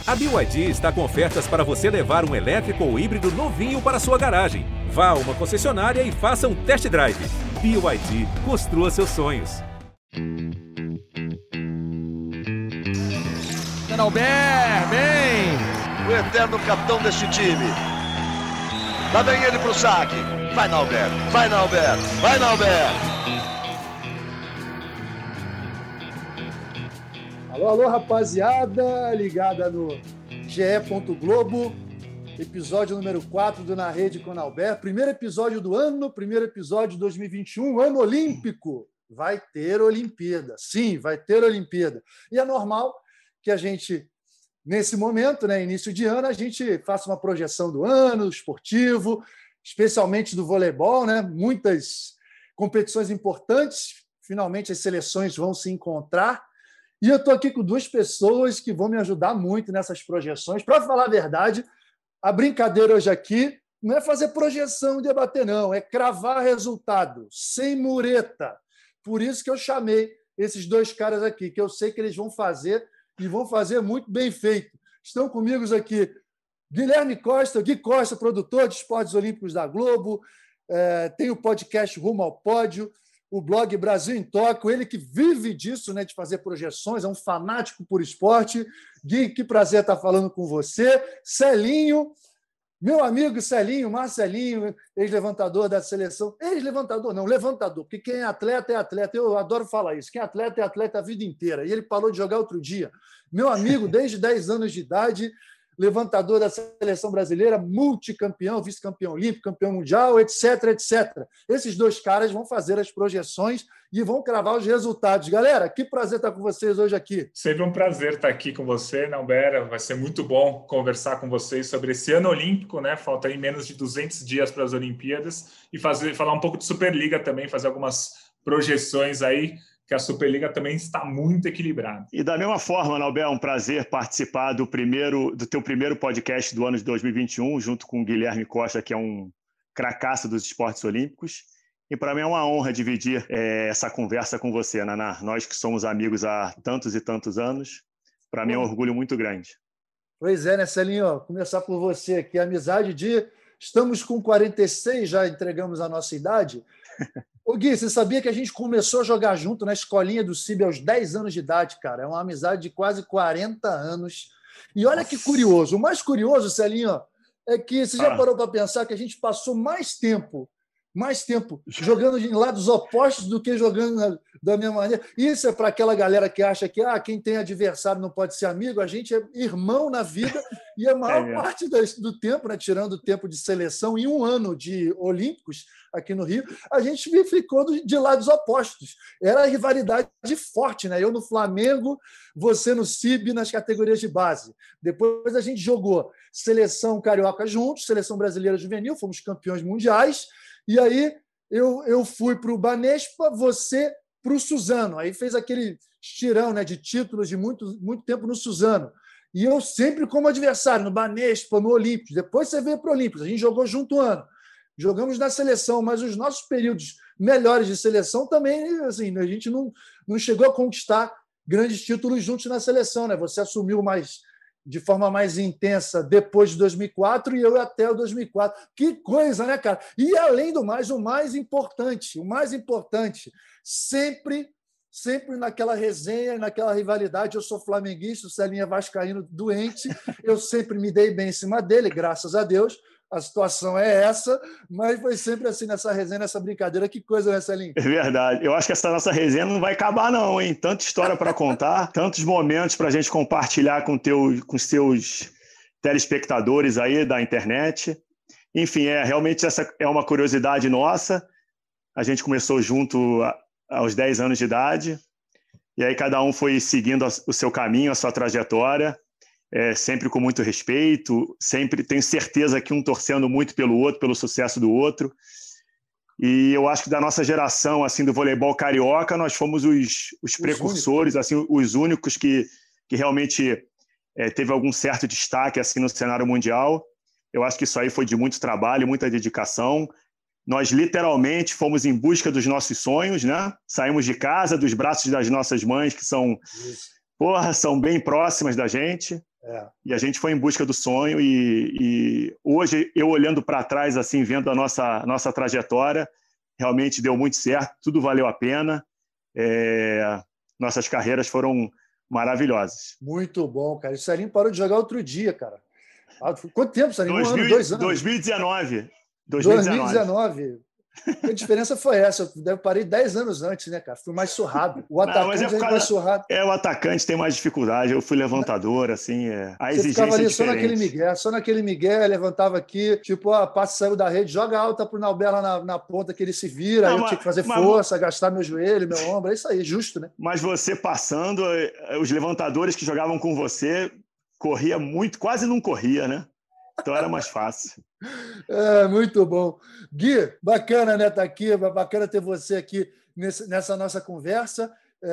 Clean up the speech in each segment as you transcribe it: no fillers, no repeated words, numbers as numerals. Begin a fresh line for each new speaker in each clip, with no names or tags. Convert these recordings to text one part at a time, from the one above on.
A BYD está com ofertas para você levar um elétrico ou híbrido novinho para sua garagem. Vá a uma concessionária e faça um test drive. BYD, construa seus sonhos.
Albert, bem!
O eterno capitão deste time. Lá vem ele pro saque. Vai, Albert, vai, Albert, vai, Albert!
Alô, alô, rapaziada, ligada no GE. Globo, episódio número 4 do Na Rede com Albert, primeiro episódio do ano, primeiro episódio de 2021, ano olímpico. Vai ter Olimpíada, sim, vai ter Olimpíada. E é normal que a gente, nesse momento, né, início de ano, a gente faça uma projeção do ano esportivo, especialmente do voleibol, né? Muitas competições importantes, finalmente as seleções vão se encontrar. E eu estou aqui com duas pessoas que vão me ajudar muito nessas projeções. Para falar a verdade, a brincadeira hoje aqui não é fazer projeção e debater, não. É cravar resultado, sem mureta. Por isso que eu chamei esses dois caras aqui, que eu sei que eles vão fazer e vão fazer muito bem feito. Estão comigo aqui Guilherme Costa, Gui Costa, produtor de esportes olímpicos da Globo, tem o podcast Rumo ao Pódio, o blog Brasil em Tóquio, ele que vive disso, né, de fazer projeções, é um fanático por esporte. Gui, que prazer estar falando com você. Celinho, meu amigo Celinho, Marcelinho, ex-levantador da seleção. Ex-levantador, não, levantador, porque quem é atleta é atleta. Eu adoro falar isso. Quem é atleta a vida inteira. E ele parou de jogar outro dia. Meu amigo, desde 10 anos de idade, levantador da seleção brasileira, multicampeão, vice-campeão olímpico, campeão mundial, etc, etc. Esses dois caras vão fazer as projeções e vão cravar os resultados. Galera, que prazer estar com vocês hoje aqui.
Sempre um prazer estar aqui com você, Nalbera. Vai ser muito bom conversar com vocês sobre esse ano olímpico, né? Falta aí menos de 200 dias para as Olimpíadas e falar um pouco de Superliga também, fazer algumas projeções aí, que a Superliga também está muito equilibrada.
E da mesma forma, Nalber, é um prazer participar do teu primeiro podcast do ano de 2021, junto com o Guilherme Costa, que é um cracaço dos esportes olímpicos. E para mim é uma honra dividir essa conversa com você, Naná. Nós que somos amigos há tantos e tantos anos, para mim é um orgulho muito grande.
Pois é, né, Celinho? Começar por você aqui. Amizade de... Estamos com 46, já entregamos a nossa idade. Ô Gui, você sabia que a gente começou a jogar junto na escolinha do CIB aos 10 anos de idade, cara? É uma amizade de quase 40 anos. E olha que curioso. O mais curioso, Celinho, é que você já parou para pensar que a gente passou mais tempo jogando em lados opostos do que jogando da mesma maneira. Isso é para aquela galera que acha que quem tem adversário não pode ser amigo. A gente é irmão na vida e a maior parte do tempo, né, tirando o tempo de seleção, em um ano de Olímpicos aqui no Rio, a gente ficou de lados opostos. Era a rivalidade forte, né? Eu no Flamengo, você no CIB, nas categorias de base. Depois a gente jogou seleção carioca juntos, seleção brasileira juvenil, fomos campeões mundiais. E aí eu fui para o Banespa, você para o Suzano. Aí fez aquele estirão, né, de títulos de muito, muito tempo no Suzano. E eu sempre como adversário, no Banespa, no Olímpicos. Depois você veio para o Olímpicos. A gente jogou junto um ano. Jogamos na seleção, mas os nossos períodos melhores de seleção também, assim, a gente não chegou a conquistar grandes títulos juntos na seleção, né? Você assumiu de forma mais intensa depois de 2004 e eu até o 2004. Que coisa, né, cara? E, além do mais, o mais importante, sempre naquela resenha, naquela rivalidade, eu sou flamenguista, o Celinho é vascaíno doente, eu sempre me dei bem em cima dele, graças a Deus. A situação é essa, mas foi sempre assim nessa resenha, nessa brincadeira. Que coisa, né, Celinho?
É verdade. Eu acho que essa nossa resenha não vai acabar, não, hein? Tanta história para contar, tantos momentos para a gente compartilhar com os teus telespectadores aí da internet. Enfim, realmente essa é uma curiosidade nossa. A gente começou junto aos 10 anos de idade, e aí cada um foi seguindo o seu caminho, a sua trajetória. Sempre com muito respeito, sempre tenho certeza que um torcendo muito pelo outro, pelo sucesso do outro. E eu acho que da nossa geração, assim, do voleibol carioca, nós fomos os precursores, assim, os únicos que realmente teve algum certo destaque assim, no cenário mundial. Eu acho que isso aí foi de muito trabalho, muita dedicação. Nós literalmente fomos em busca dos nossos sonhos, né? Saímos de casa, dos braços das nossas mães, que são bem próximas da gente. E a gente foi em busca do sonho e hoje, eu olhando para trás, assim, vendo a nossa trajetória, realmente deu muito certo, tudo valeu a pena. Nossas carreiras foram maravilhosas.
Muito bom, cara. O Celinho parou de jogar outro dia, cara. Quanto tempo, Celinho?
2 anos?
2019. A diferença foi essa. Eu parei 10 anos antes, né, cara? Fui mais surrado. O atacante é mais surrado.
O atacante tem mais dificuldade. Eu fui levantador, assim. A
Você
exigência
ficava ali
diferente.
só naquele migué, levantava aqui, tipo, passe saiu da rede, joga alta pro Nauber lá na ponta que ele se vira. Aí eu tinha que fazer força, gastar meu joelho, meu ombro. É isso aí, justo, né?
Mas você passando, os levantadores que jogavam com você corria muito, quase não corria, né? Então era mais fácil.
Muito bom. Gui, bacana, né, estar aqui, bacana ter você aqui nessa nossa conversa.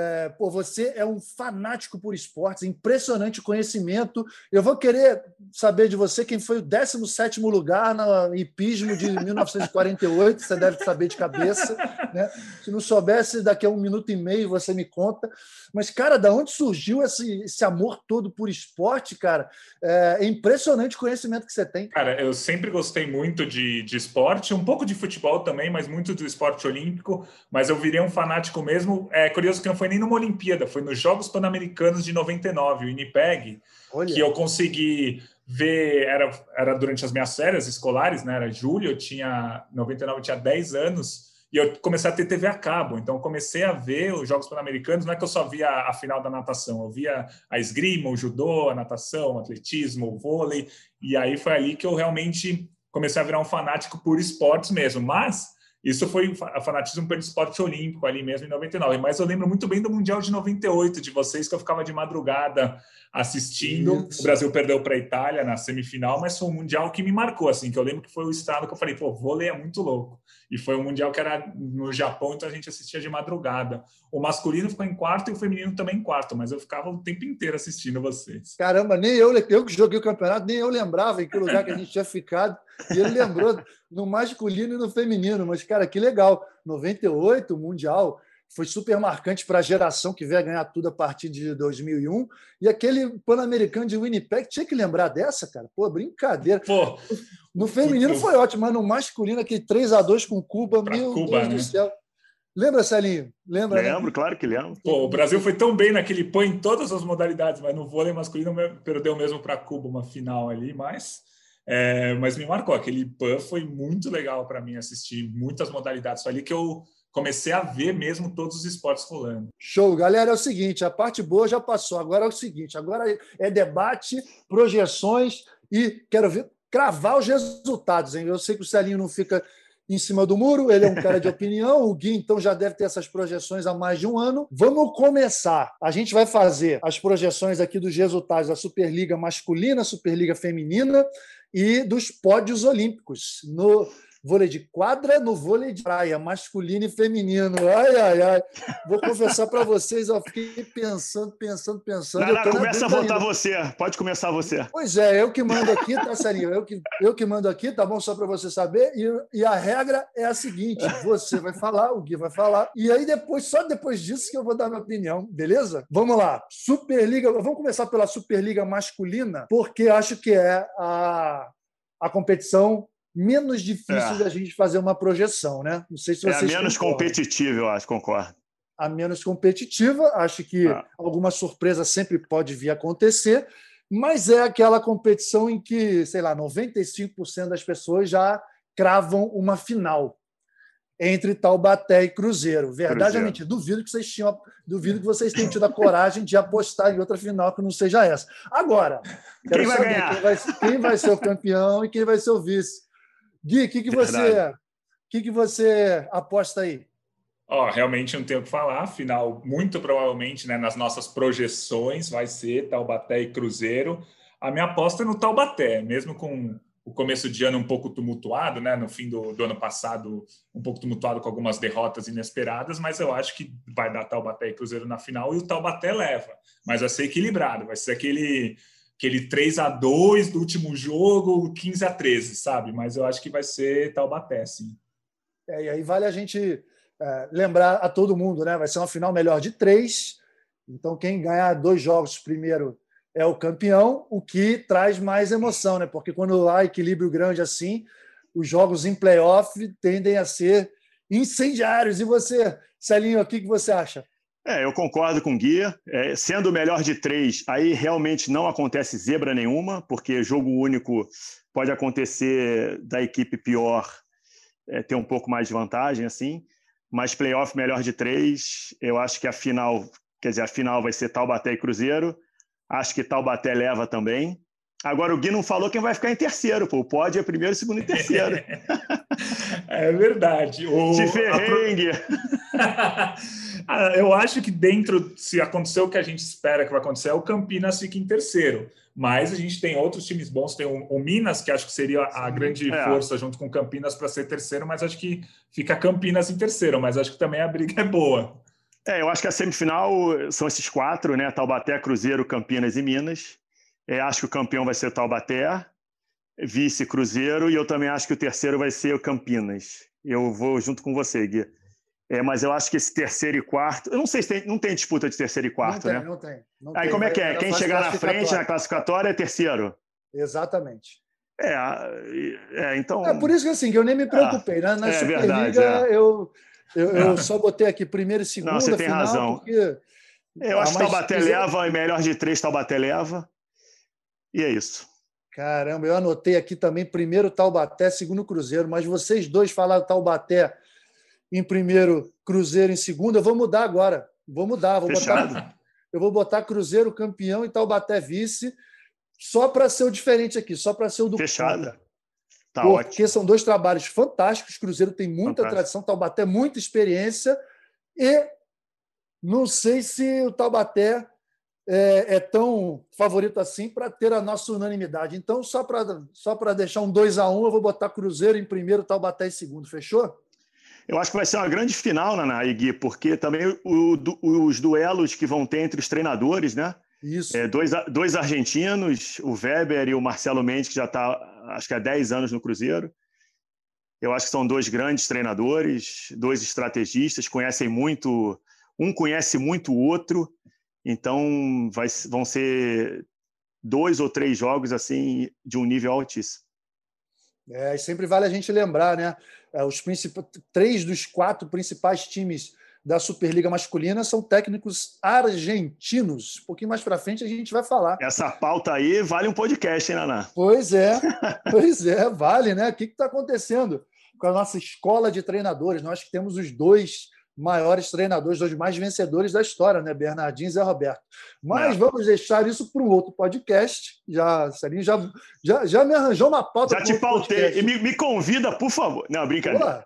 Você é um fanático por esportes, impressionante conhecimento. Eu vou querer saber de você quem foi o 17º lugar no hipismo de 1948, você deve saber de cabeça, né? Se não soubesse, daqui a 1 minuto e meio você me conta. Mas, cara, da onde surgiu esse amor todo por esporte, cara? É impressionante o conhecimento que você tem.
Cara, eu sempre gostei muito de esporte, um pouco de futebol também, mas muito do esporte olímpico, mas eu virei um fanático mesmo. É curioso que não foi nem numa Olimpíada, foi nos Jogos Pan-Americanos de 99, o Winnipeg, que eu consegui ver, era durante as minhas férias escolares, né? Era julho, 99, eu tinha 10 anos, e eu comecei a ter TV a cabo, então eu comecei a ver os Jogos Pan-Americanos. Não é que eu só via a final da natação, eu via a esgrima, o judô, a natação, o atletismo, o vôlei, e aí foi ali que eu realmente comecei a virar um fanático por esportes mesmo, mas isso foi fanatismo pelo esporte olímpico ali mesmo em 99, mas eu lembro muito bem do Mundial de 98 de vocês, que eu ficava de madrugada assistindo. Isso. O Brasil perdeu para a Itália na semifinal, mas foi um Mundial que me marcou, assim, que eu lembro que foi o estado que eu falei, vôlei é muito louco. E foi um Mundial que era no Japão, então a gente assistia de madrugada. O masculino ficou em quarto e o feminino também em quarto, mas eu ficava o tempo inteiro assistindo vocês.
Caramba, nem eu que joguei o campeonato, nem eu lembrava em que lugar que a gente tinha ficado. E ele lembrou no masculino e no feminino. Mas, cara, que legal. 98, o Mundial, foi super marcante para a geração que veio a ganhar tudo a partir de 2001. E aquele Pan-Americano de Winnipeg, tinha que lembrar dessa, cara. Brincadeira. No feminino foi ótimo, mas no masculino, aquele 3-2 com Cuba, meu Deus do céu. Lembra, Celinho? Lembro,
né? Claro que lembro.
O Brasil foi tão bem naquele PAN em todas as modalidades, mas no vôlei masculino perdeu mesmo para Cuba uma final ali, mas me marcou. Aquele PAN foi muito legal para mim assistir, muitas modalidades. Foi ali que eu comecei a ver mesmo todos os esportes rolando.
Show, galera. É o seguinte, a parte boa já passou. Agora é o seguinte, agora é debate, projeções e quero cravar os resultados, hein? Eu sei que o Celinho não fica em cima do muro, ele é um cara de opinião, o Gui então já deve ter essas projeções há mais de um ano. Vamos começar. A gente vai fazer as projeções aqui dos resultados da Superliga masculina, Superliga feminina e dos pódios olímpicos no vôlei de quadra, no vôlei de praia, masculino e feminino. Ai. Vou confessar para vocês, eu fiquei pensando.
Não, começa a votar você. Pode começar você.
Pois é, eu que mando aqui, tá, Celinho? Eu que mando aqui, tá bom? Só para você saber. E a regra é a seguinte: você vai falar, o Gui vai falar, e aí só depois disso que eu vou dar minha opinião, beleza? Vamos lá. Superliga, vamos começar pela Superliga masculina, porque acho que é a competição menos difícil da gente fazer uma projeção, né? Não sei se vocês
a menos competitiva, eu acho, concordo.
A menos competitiva, acho que alguma surpresa sempre pode vir a acontecer, mas é aquela competição em que, sei lá, 95% das pessoas já cravam uma final entre Taubaté e Cruzeiro. Verdade ou mentira? Duvido que vocês tenham tido a coragem de apostar em outra final que não seja essa. Agora, quero saber quem vai ser o campeão e quem vai ser o vice. Gui, o que você aposta aí?
Realmente não tenho o que falar. Afinal, muito provavelmente, né, nas nossas projeções, vai ser Taubaté e Cruzeiro. A minha aposta é no Taubaté, mesmo com o começo de ano um pouco tumultuado, né, no fim do ano passado, um pouco tumultuado com algumas derrotas inesperadas, mas eu acho que vai dar Taubaté e Cruzeiro na final e o Taubaté leva. Mas vai ser equilibrado, vai ser aquele 3-2 do último jogo, 15-13, sabe? Mas eu acho que vai ser Taubaté, sim.
E aí vale a gente lembrar a todo mundo, né? Vai ser uma final melhor de 3. Então, quem ganhar 2 jogos primeiro é o campeão, o que traz mais emoção, né? Porque quando há equilíbrio grande assim, os jogos em playoff tendem a ser incendiários. E você, Celinho, o que você acha?
Eu concordo com o Gui. Sendo o melhor de 3, aí realmente não acontece zebra nenhuma, porque jogo único pode acontecer da equipe pior ter um pouco mais de vantagem, assim. Mas playoff melhor de 3, eu acho que a final vai ser Taubaté e Cruzeiro. Acho que Taubaté leva também. Agora, o Gui não falou quem vai ficar em terceiro, pô. O pódio é primeiro, segundo e terceiro.
É verdade.
Se ferrengue!
Eu acho que se acontecer o que a gente espera que vai acontecer, o Campinas fica em terceiro. Mas a gente tem outros times bons. Tem o Minas, que acho que seria a grande força junto com o Campinas para ser terceiro, mas acho que fica Campinas em terceiro. Mas acho que também a briga é boa.
Eu acho que a semifinal são esses 4, né? Taubaté, Cruzeiro, Campinas e Minas. Acho que o campeão vai ser o Taubaté, vice Cruzeiro, e eu também acho que o terceiro vai ser o Campinas. Eu vou junto com você, Gui. Mas eu acho que esse terceiro e quarto... Eu não sei se não tem disputa de terceiro e quarto, né?
Não tem.
Aí como é que é? Quem chegar na frente na classificatória é terceiro?
Exatamente.
Então...
por isso que assim, que eu nem me preocupei. Na Superliga, eu só botei aqui primeiro e segunda.
Não, você tem
final,
razão.
Porque...
Eu acho que Taubaté leva, e melhor de 3 Taubaté leva. E é isso.
Caramba, eu anotei aqui também primeiro Taubaté, segundo Cruzeiro, mas vocês dois falaram Taubaté em primeiro, Cruzeiro em segundo. Eu vou mudar agora. Eu vou botar Cruzeiro campeão e Taubaté vice, só para ser o diferente aqui, só para ser o do
Fechado. Tá
porque
ótimo.
são 2 trabalhos fantásticos. Cruzeiro tem muita tradição, Taubaté muita experiência, e não sei se o Taubaté é tão favorito assim para ter a nossa unanimidade. Então, só para deixar um 2-1, eu vou botar Cruzeiro em primeiro, Taubaté em segundo. Fechou?
Eu acho que vai ser uma grande final, Naná e Gui, porque também os duelos que vão ter entre os treinadores, né?
Isso.
Dois argentinos, o Weber e o Marcelo Mendes, que já está, acho que há 10 anos no Cruzeiro. Eu acho que são 2 grandes treinadores, 2 estrategistas, conhecem muito, um conhece muito o outro, então vão ser 2 ou 3 jogos assim de um nível altíssimo.
E sempre vale a gente lembrar, né? 3 dos 4 principais times da Superliga masculina são técnicos argentinos. Um pouquinho mais para frente a gente vai falar.
Essa pauta aí vale um podcast, hein, Naná?
Pois é, vale, né? O que está acontecendo com a nossa escola de treinadores? Nós que temos os 2 maiores treinadores, 2 mais vencedores da história, né? Bernardinho e Zé Roberto. Mas vamos deixar isso para um outro podcast. Celinho já me arranjou uma pauta.
Já te pautei. E me convida, por favor. Não, brincadeira.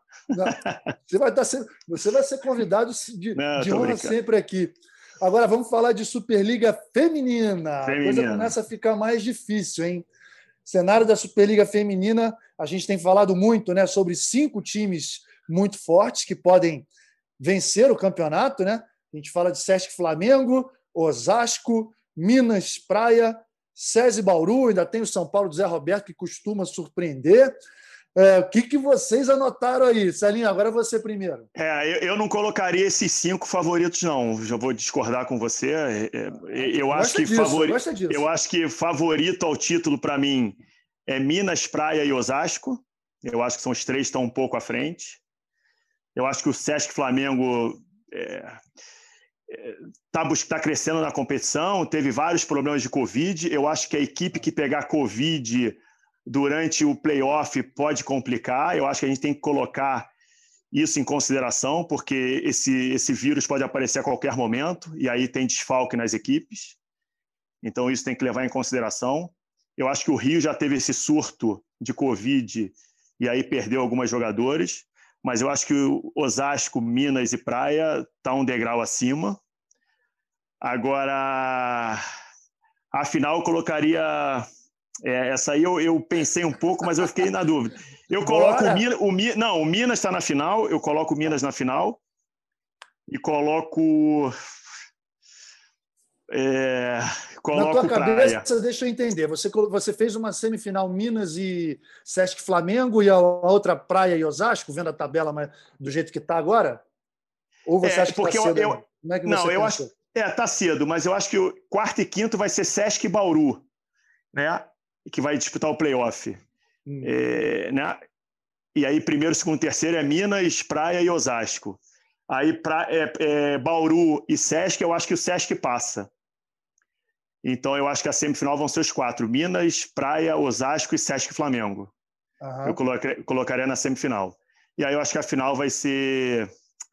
Você vai ser convidado de honra sempre aqui. Agora vamos falar de Superliga Feminina. A coisa começa a ficar mais difícil, hein? Cenário da Superliga Feminina, a gente tem falado muito, né, sobre 5 times muito fortes que podem vencer o campeonato, né? A gente fala de Sesc Flamengo, Osasco, Minas Praia, SESI Bauru, ainda tem o São Paulo do Zé Roberto, que costuma surpreender. O que vocês anotaram aí? Celinho, agora você primeiro.
Eu não colocaria esses 5 favoritos, não. Já vou discordar com você. Eu acho que favorito ao título, para mim, é Minas, Praia e Osasco. Eu acho que são os 3 que estão um pouco à frente. Eu acho que o Sesc Flamengo está crescendo na competição, teve vários problemas de Covid. Eu acho que a equipe que pegar Covid durante o play-off pode complicar. Eu acho que a gente tem que colocar isso em consideração, porque esse vírus pode aparecer a qualquer momento, e aí tem desfalque nas equipes. Então, isso tem que levar em consideração. Eu acho que o Rio já teve esse surto de Covid e aí perdeu algumas jogadores, mas eu acho que o Osasco, Minas e Praia está um degrau acima. Agora, afinal, eu colocaria... essa aí eu pensei um pouco, mas eu fiquei na dúvida. Eu coloco o Minas está na final, eu coloco o Minas na final e coloco
na tua cabeça, deixa eu entender. Você fez uma semifinal Minas e Sesc Flamengo e a outra Praia e Osasco, vendo a tabela do jeito que está agora? Ou você acha que está cedo? Como é que você
Tá cedo, mas eu acho que o quarto e quinto vai ser Sesc e Bauru, né? Que vai disputar o playoff. Né? E aí, primeiro, segundo, terceiro é Minas, Praia e Osasco. Aí, Bauru e Sesc, eu acho que o Sesc passa. Então, eu acho que a semifinal vão ser os 4. Minas, Praia, Osasco e Sesc Flamengo. Eu colocaria na semifinal. E aí, eu acho que a final vai ser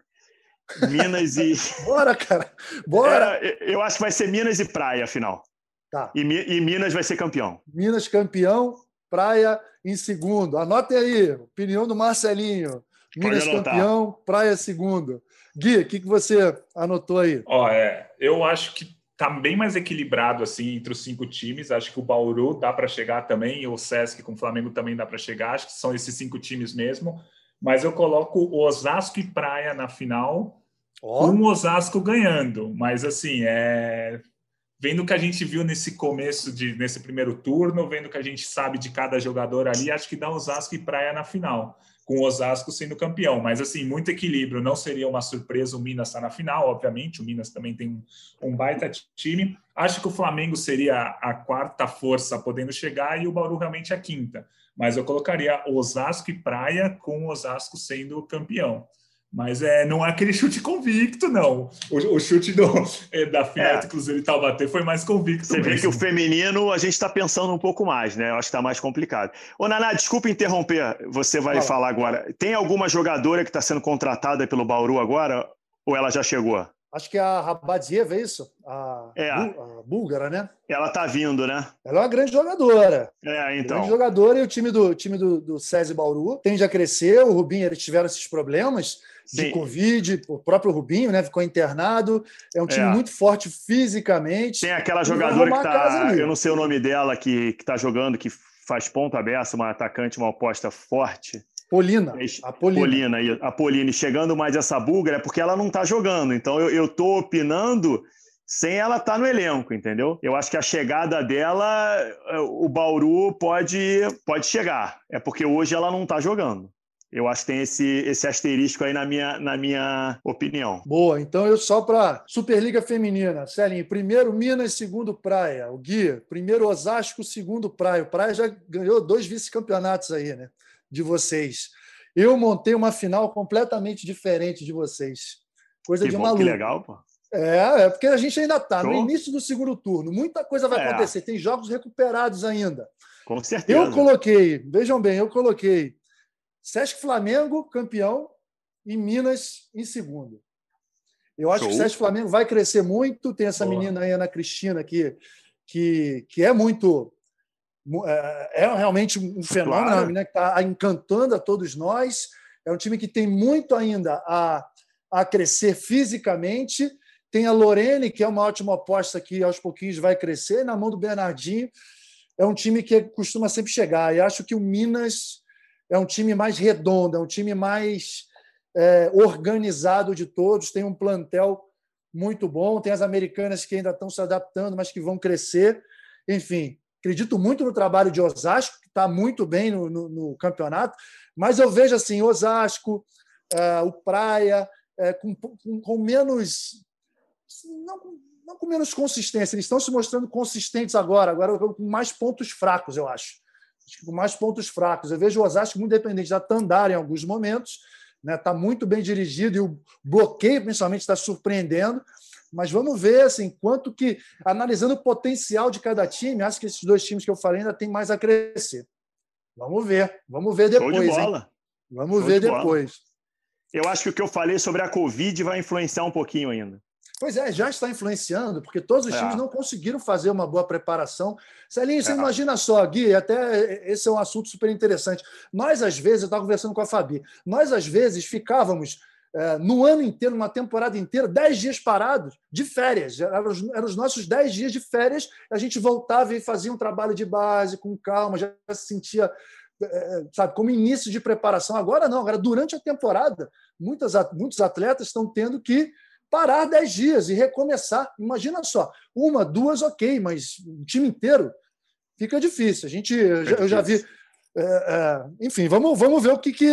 Minas e...
Bora, cara! Bora!
Eu acho que vai ser Minas e Praia a final.
Tá.
E Minas vai ser campeão.
Minas campeão, Praia em segundo. Anotem aí, opinião do Marcelinho. Minas campeão, Praia segundo. Gui, o que você anotou aí?
Eu acho que está bem mais equilibrado assim entre os 5 times. Acho que o Bauru dá para chegar também, o Sesc com o Flamengo também dá para chegar. Acho que são esses 5 times mesmo. Mas eu coloco o Osasco e Praia na final, com o Osasco ganhando. Mas assim, vendo o que a gente viu nesse começo, nesse primeiro turno, vendo o que a gente sabe de cada jogador ali, acho que dá Osasco e Praia na final, com o Osasco sendo campeão. Mas, assim, muito equilíbrio. Não seria uma surpresa o Minas estar na final, obviamente. O Minas também tem um baita time. Acho que o Flamengo seria a quarta força podendo chegar e o Bauru realmente a quinta. Mas eu colocaria Osasco e Praia com o Osasco sendo campeão. Mas não é aquele chute convicto, não. O chute da final do Cruzeiro e Taubaté foi mais convicto.
Você vê que o feminino a gente está pensando um pouco mais, né? Eu acho que está mais complicado. Ô, Naná, desculpa interromper. Você vai falar agora. Tem alguma jogadora que está sendo contratada pelo Bauru agora? Ou ela já chegou?
Acho que a Rabadzieva, é isso? A búlgara, né?
Ela está vindo, né?
Ela é uma grande jogadora.
Então.
Grande jogadora, e o time do SESI Bauru tende a crescer. O Rubinho, eles tiveram esses problemas de Covid, o próprio Rubinho, né? Ficou internado. É um time muito forte fisicamente.
Tem aquela jogadora que está, eu não sei o nome dela, que está jogando, que faz ponta aberta, uma atacante, uma aposta forte. A Polina. Chegando mais essa búlgara é porque ela não está jogando. Então, eu estou opinando sem ela estar no elenco, entendeu? Eu acho que a chegada dela, o Bauru pode chegar. É porque hoje ela não está jogando. Eu acho que tem esse asterisco aí na minha opinião.
Boa, então eu só para Superliga Feminina. Celinho, primeiro Minas, segundo Praia. O Gui, primeiro Osasco, segundo Praia. O Praia já ganhou 2 vice-campeonatos aí, né? De vocês. Eu montei uma final completamente diferente de vocês. Coisa de maluco.
Que legal, pô.
Porque a gente ainda está no início do segundo turno. Muita coisa vai acontecer. Tem jogos recuperados ainda.
Com certeza.
Vejam bem, eu coloquei Sesc Flamengo, campeão, e Minas em segundo. Eu acho que o Sesc Flamengo vai crescer muito. Tem essa menina aí, Ana Cristina, que é muito... É realmente um fenômeno, uma menina que está encantando a todos nós. É um time que tem muito ainda a crescer fisicamente. Tem a Lorene, que é uma ótima aposta que aos pouquinhos vai crescer. Na mão do Bernardinho, é um time que costuma sempre chegar. E acho que o Minas é um time mais redondo, é um time mais organizado de todos. Tem um plantel muito bom. Tem as americanas que ainda estão se adaptando, mas que vão crescer. Enfim, acredito muito no trabalho de Osasco, que está muito bem no campeonato. Mas eu vejo assim, Osasco, o Praia, com menos... Não com menos consistência. Eles estão se mostrando consistentes agora com mais pontos fracos, eu acho. Com mais pontos fracos. Eu vejo o Osasco muito dependente da Tandara em alguns momentos, né? Está muito bem dirigido e o bloqueio, principalmente, está surpreendendo. Mas vamos ver assim, quanto que, analisando o potencial de cada time, acho que esses 2 times que eu falei ainda tem mais a crescer. Vamos ver depois.
Show de bola.
Vamos ver depois.
Eu acho que o que eu falei sobre a Covid vai influenciar um pouquinho ainda.
Pois já está influenciando, porque todos os times não conseguiram fazer uma boa preparação. Celinho, você imagina só, Gui, até esse é um assunto super interessante. Nós, às vezes, eu estava conversando com a Fabi, nós, às vezes, ficávamos no ano inteiro, numa temporada inteira, 10 dias parados de férias. Eram os nossos 10 dias de férias, a gente voltava e fazia um trabalho de base, com calma, já se sentia... sabe, como início de preparação. Agora não, agora durante a temporada, muitos atletas estão tendo que parar 10 dias e recomeçar. Imagina só, 1, 2, ok, mas o time inteiro fica difícil. Eu já vi... enfim, vamos ver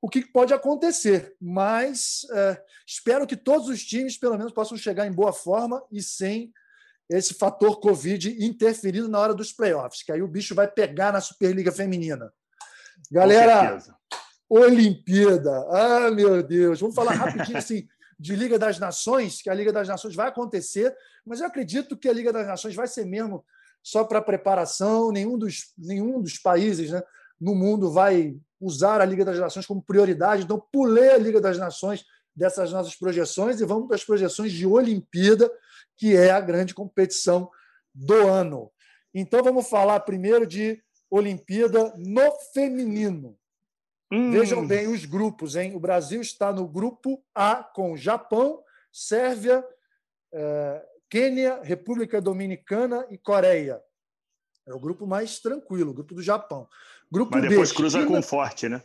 o que pode acontecer. Mas espero que todos os times, pelo menos, possam chegar em boa forma e sem esse fator Covid interferindo na hora dos playoffs, que aí o bicho vai pegar na Superliga Feminina. Galera, Olimpíada. Ah, meu Deus. Vamos falar rapidinho assim, de Liga das Nações, que a Liga das Nações vai acontecer, mas eu acredito que a Liga das Nações vai ser mesmo só para preparação. Nenhum dos países, né, no mundo vai usar a Liga das Nações como prioridade. Então, pulei a Liga das Nações dessas nossas projeções e vamos para as projeções de Olimpíada, que é a grande competição do ano. Então, vamos falar primeiro de Olimpíada no feminino. Vejam bem os grupos, hein? O Brasil está no grupo A com Japão, Sérvia, Quênia, República Dominicana e Coreia. É o grupo mais tranquilo, o grupo do Japão. Grupo
Mas depois
B,
cruza
China...
com forte, né?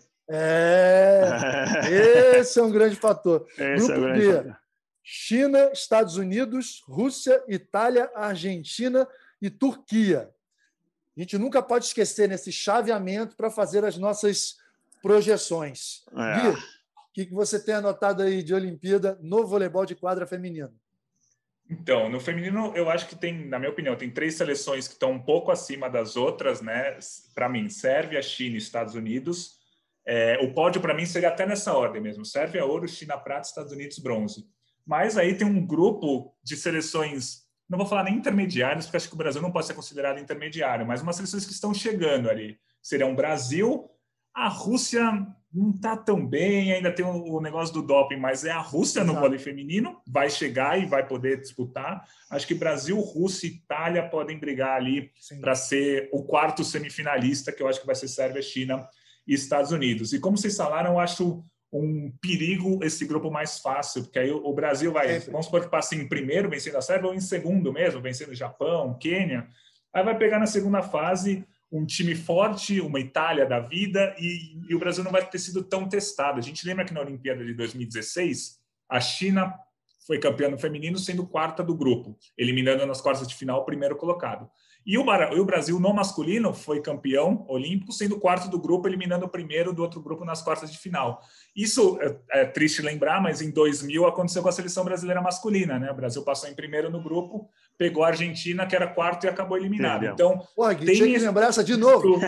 Esse é um grande fator.
Esse
grupo B, China, Estados Unidos, Rússia, Itália, Argentina e Turquia. A gente nunca pode esquecer nesse chaveamento para fazer as nossas projeções. Gui, o que você tem anotado aí de Olimpíada no voleibol de quadra feminino?
Então, no feminino, eu acho que tem, na minha opinião, tem 3 seleções que estão um pouco acima das outras, né? Para mim, Sérvia, China e Estados Unidos. O pódio, para mim, seria até nessa ordem mesmo. Sérvia, ouro, China, prata, Estados Unidos, bronze. Mas aí tem um grupo de seleções, não vou falar nem intermediárias, porque acho que o Brasil não pode ser considerado intermediário, mas umas seleções que estão chegando ali. Seriam o Brasil, a Rússia não está tão bem, ainda tem o negócio do doping, mas é a Rússia no vôlei feminino, vai chegar e vai poder disputar. Acho que Brasil, Rússia e Itália podem brigar ali para ser o 4º semifinalista, que eu acho que vai ser Sérvia, China e Estados Unidos. E como vocês falaram, eu acho um perigo esse grupo mais fácil, porque aí o Brasil vai, vamos supor que passe em primeiro, vencendo a Sérvia, ou em segundo mesmo, vencendo o Japão, Quênia. Aí vai pegar na segunda fase um time forte, uma Itália da vida, e o Brasil não vai ter sido tão testado. A gente lembra que na Olimpíada de 2016, a China foi campeã no feminino, sendo 4ª do grupo, eliminando nas quartas de final o primeiro colocado. E o Brasil, no masculino, foi campeão olímpico, sendo 4º do grupo, eliminando o primeiro do outro grupo nas quartas de final. Isso é triste lembrar, mas em 2000 aconteceu com a seleção brasileira masculina, né? O Brasil passou em primeiro no grupo, pegou a Argentina, que era 4º, e acabou eliminado. Então,
Gui, tinha que lembrar essa de novo.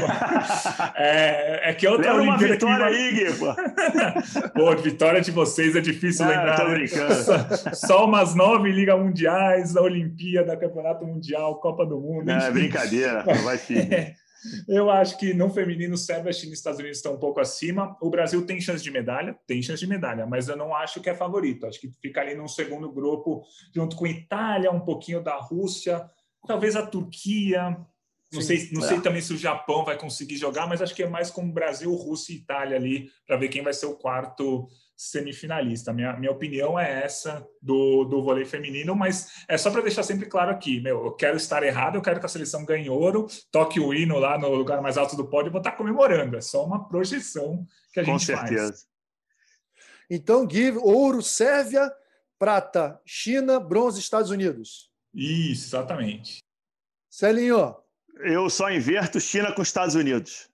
É que outra
Lembra uma
Olimpíada
vitória aí, Gui,
pô, vitória de vocês é difícil lembrar.
Tô brincando.
Só umas 9 ligas mundiais, a Olimpíada, Campeonato Mundial, Copa do Mundo.
É brincadeira, vai filho.
Eu acho que no feminino, Sérvia, China e Estados Unidos estão um pouco acima. O Brasil tem chance de medalha, mas eu não acho que é favorito. Acho que fica ali num segundo grupo, junto com a Itália, um pouquinho da Rússia, talvez a Turquia. Não sei também se o Japão vai conseguir jogar, mas acho que é mais com o Brasil, Rússia e Itália ali, para ver quem vai ser o 4º semifinalista. Minha opinião é essa do vôlei feminino, mas é só para deixar sempre claro aqui, eu quero estar errado, eu quero que a seleção ganhe ouro, toque o hino lá no lugar mais alto do pódio e vou estar comemorando. É só uma projeção que a gente faz. Com certeza.
Então, Gui, ouro, Sérvia, prata, China, bronze, Estados Unidos.
Isso, exatamente.
Celinho.
Eu só inverto China com Estados Unidos.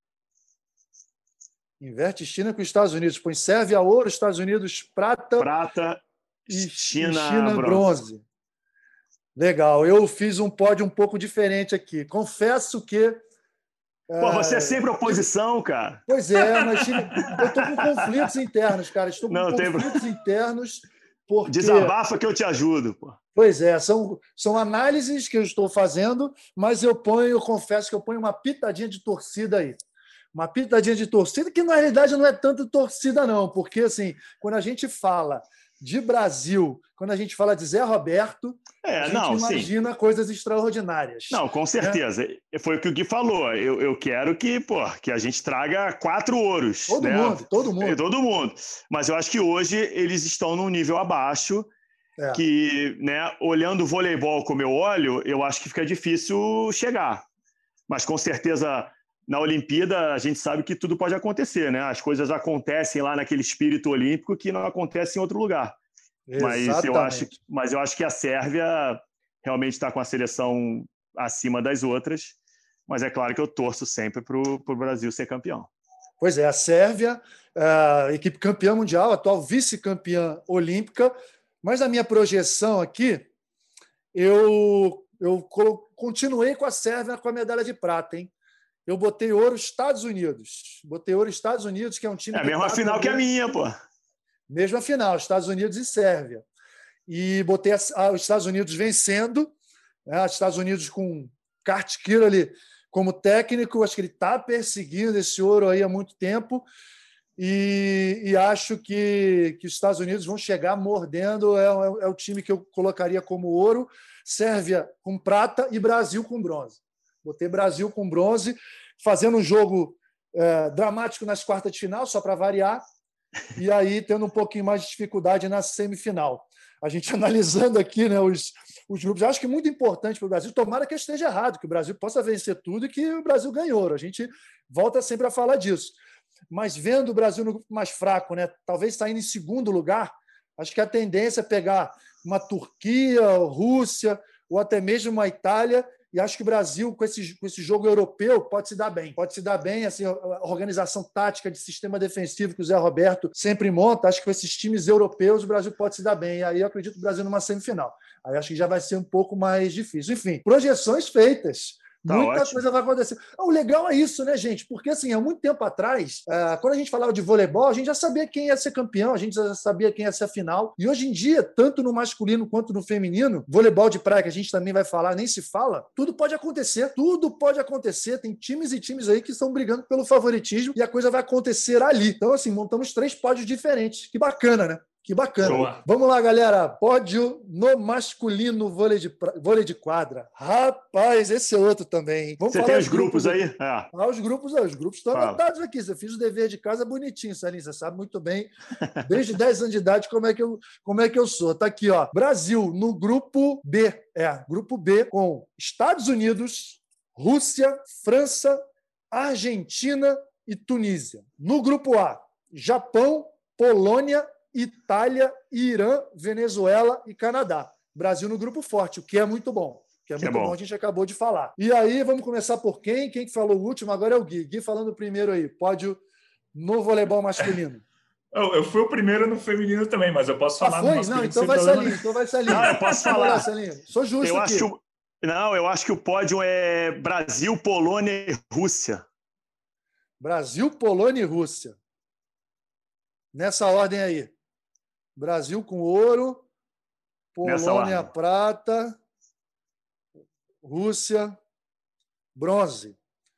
Inverte China com Estados Unidos. Põe Sérvia, ouro, Estados Unidos, prata
e
China bronze. Legal. Eu fiz um pódio um pouco diferente aqui. Confesso que...
você é sempre oposição, cara.
Pois é, mas eu estou com conflitos internos, cara. Estou com conflitos internos. Porque...
Desabafa que eu te ajudo. Pô.
Pois é, são análises que eu estou fazendo, mas eu confesso que eu ponho uma pitadinha de torcida aí. Uma pitadinha de torcida que, na realidade, não é tanto torcida, não, porque, assim, quando a gente fala de Brasil, quando a gente fala de Zé Roberto, a gente imagina coisas extraordinárias.
Não, com certeza. Foi o que o Gui falou. Eu quero que a gente traga 4 ouros.
Todo mundo.
Mas eu acho que hoje eles estão num nível abaixo, que, né, olhando o voleibol como eu olho, eu acho que fica difícil chegar. Mas, com certeza... Na Olimpíada, a gente sabe que tudo pode acontecer, né? As coisas acontecem lá naquele espírito olímpico que não acontece em outro lugar. Mas eu acho que a Sérvia realmente está com a seleção acima das outras, mas é claro que eu torço sempre para o Brasil ser campeão.
Pois é, a Sérvia, a equipe campeã mundial, atual vice-campeã olímpica, mas a minha projeção aqui, eu continuei com a Sérvia com a medalha de prata, hein? Eu botei ouro Estados Unidos. Botei ouro Estados Unidos, que é um time...
É a mesma final que a minha, pô.
Mesma final, Estados Unidos e Sérvia. E botei os Estados Unidos vencendo, né? Os Estados Unidos com Kurt Kiroly como técnico, acho que ele está perseguindo esse ouro aí há muito tempo e acho que os Estados Unidos vão chegar mordendo, é o time que eu colocaria como ouro, Sérvia com prata e Brasil com bronze. Botei Brasil com bronze, fazendo um jogo dramático nas quartas de final, só para variar, e aí tendo um pouquinho mais de dificuldade na semifinal. A gente analisando aqui, né, os grupos, eu acho que é muito importante para o Brasil, tomara que eu esteja errado, que o Brasil possa vencer tudo e que o Brasil ganhe ouro. A gente volta sempre a falar disso. Mas vendo o Brasil no grupo mais fraco, né, talvez saindo em segundo lugar, acho que a tendência é pegar uma Turquia, Rússia, ou até mesmo uma Itália, e acho que o Brasil, com esse jogo europeu, pode se dar bem. Pode se dar bem, assim, a organização tática de sistema defensivo que o Zé Roberto sempre monta, acho que com esses times europeus o Brasil pode se dar bem. E aí eu acredito o Brasil numa semifinal. Aí acho que já vai ser um pouco mais difícil. Enfim, projeções feitas.
Tá
Muita
ótimo.
coisa vai acontecer. O legal é isso, né, gente? Porque, assim, há muito tempo atrás, quando a gente falava de voleibol, a gente já sabia quem ia ser campeão, a gente já sabia quem ia ser a final. E hoje em dia, tanto no masculino quanto no feminino, voleibol de praia, que a gente também vai falar, nem se fala, tudo pode acontecer. Tudo pode acontecer. Tem times e times aí que estão brigando pelo favoritismo e a coisa vai acontecer ali. Então, assim, montamos 3 pódios diferentes. Que bacana, né? Que bacana.
Boa.
Vamos lá, galera. Pódio no masculino vôlei de quadra. Rapaz, esse é outro também, hein? Vamos
Você
falar
tem
dos
os grupos aí?
Os grupos estão anotados aqui. Você fez o dever de casa bonitinho, Salim. Você sabe muito bem, desde 10 anos de idade, como é que eu sou. Tá aqui, ó. Brasil no grupo B. Grupo B com Estados Unidos, Rússia, França, Argentina e Tunísia. No grupo A, Japão, Polônia, Itália, Irã, Venezuela e Canadá. Brasil no grupo forte, o que é muito bom. Bom, a gente acabou de falar. E aí, vamos começar por quem? Quem que falou o último? Agora é o Gui. Gui falando primeiro aí. Pódio no voleibol masculino.
Eu fui o primeiro no feminino também, mas eu posso falar no masculino.
Não, então vai Salim.
Não, eu posso falar.
Sou justo aqui.
Eu acho que o pódio é Brasil, Polônia e Rússia.
Brasil, Polônia e Rússia. Nessa ordem aí. Brasil com ouro, Polônia prata, Rússia bronze.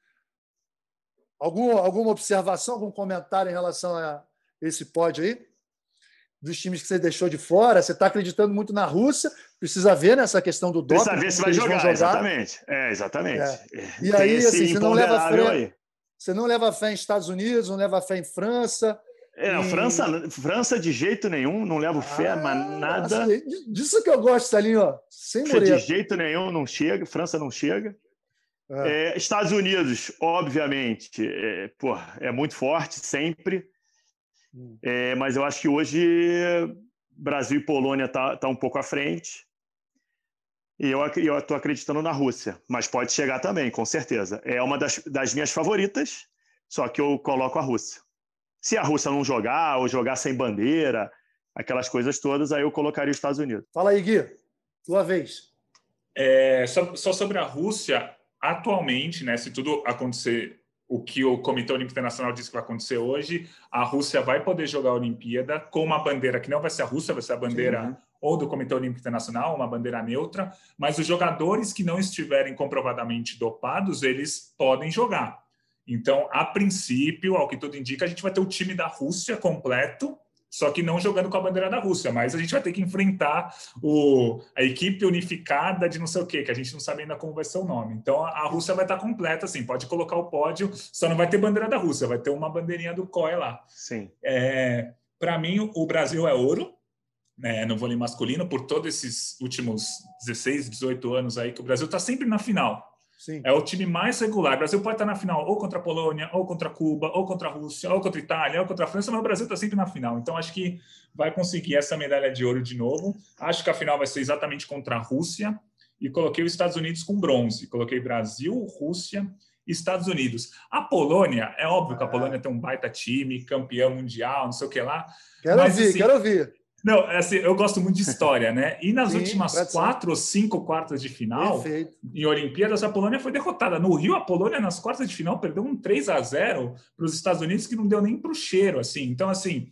Alguma observação, algum comentário em relação a esse pódio aí? Dos times que você deixou de fora? Você está acreditando muito na Rússia, precisa ver nessa questão do doping.
Precisa ver se vai jogar, exatamente. Exatamente.
E aí, assim, você não leva fé em Estados Unidos, não leva fé em França...
França de jeito nenhum, não levo fé, mas nada.
Disso que eu gosto, Salinho, ó. Sem mureta.
De jeito nenhum não chega, França não chega. Estados Unidos, obviamente, é muito forte, sempre. Mas eu acho que hoje Brasil e Polônia tá um pouco à frente. E eu estou acreditando na Rússia, mas pode chegar também, com certeza. É uma das minhas favoritas, só que eu coloco a Rússia. Se a Rússia não jogar, ou jogar sem bandeira, aquelas coisas todas, aí eu colocaria os Estados Unidos.
Fala aí, Gui. Tua vez.
Só sobre a Rússia, atualmente, né, se tudo acontecer, o que o Comitê Olímpico Internacional disse que vai acontecer hoje, a Rússia vai poder jogar a Olimpíada com uma bandeira que não vai ser a Rússia, vai ser a bandeira ou do Comitê Olímpico Internacional, uma bandeira neutra, mas os jogadores que não estiverem comprovadamente dopados, eles podem jogar. Então, a princípio, ao que tudo indica, a gente vai ter o time da Rússia completo, só que não jogando com a bandeira da Rússia, mas a gente vai ter que enfrentar a equipe unificada de não sei o quê, que a gente não sabe ainda como vai ser o nome. Então, a Rússia vai estar completa, assim, pode colocar o pódio, só não vai ter bandeira da Rússia, vai ter uma bandeirinha do COE lá.
Sim.
Para mim, o Brasil é ouro, né, no vôlei masculino, por todos esses últimos 16, 18 anos aí, que o Brasil está sempre na final.
Sim.
É o time mais regular. O Brasil pode estar na final ou contra a Polônia, ou contra Cuba, ou contra a Rússia, ou contra a Itália, ou contra a França, mas o Brasil está sempre na final. Então, acho que vai conseguir essa medalha de ouro de novo. Acho que a final vai ser exatamente contra a Rússia. E coloquei os Estados Unidos com bronze. Coloquei Brasil, Rússia, Estados Unidos. A Polônia, é óbvio que a Polônia tem um baita time, campeão mundial, não sei o que lá.
Quero ouvir.
Não, assim, eu gosto muito de história, né? E nas últimas 4 ou 5 quartas de final, em Olimpíadas, a Polônia foi derrotada. No Rio, a Polônia, nas quartas de final, perdeu um 3-0 para os Estados Unidos, que não deu nem para o cheiro, assim. Então, assim,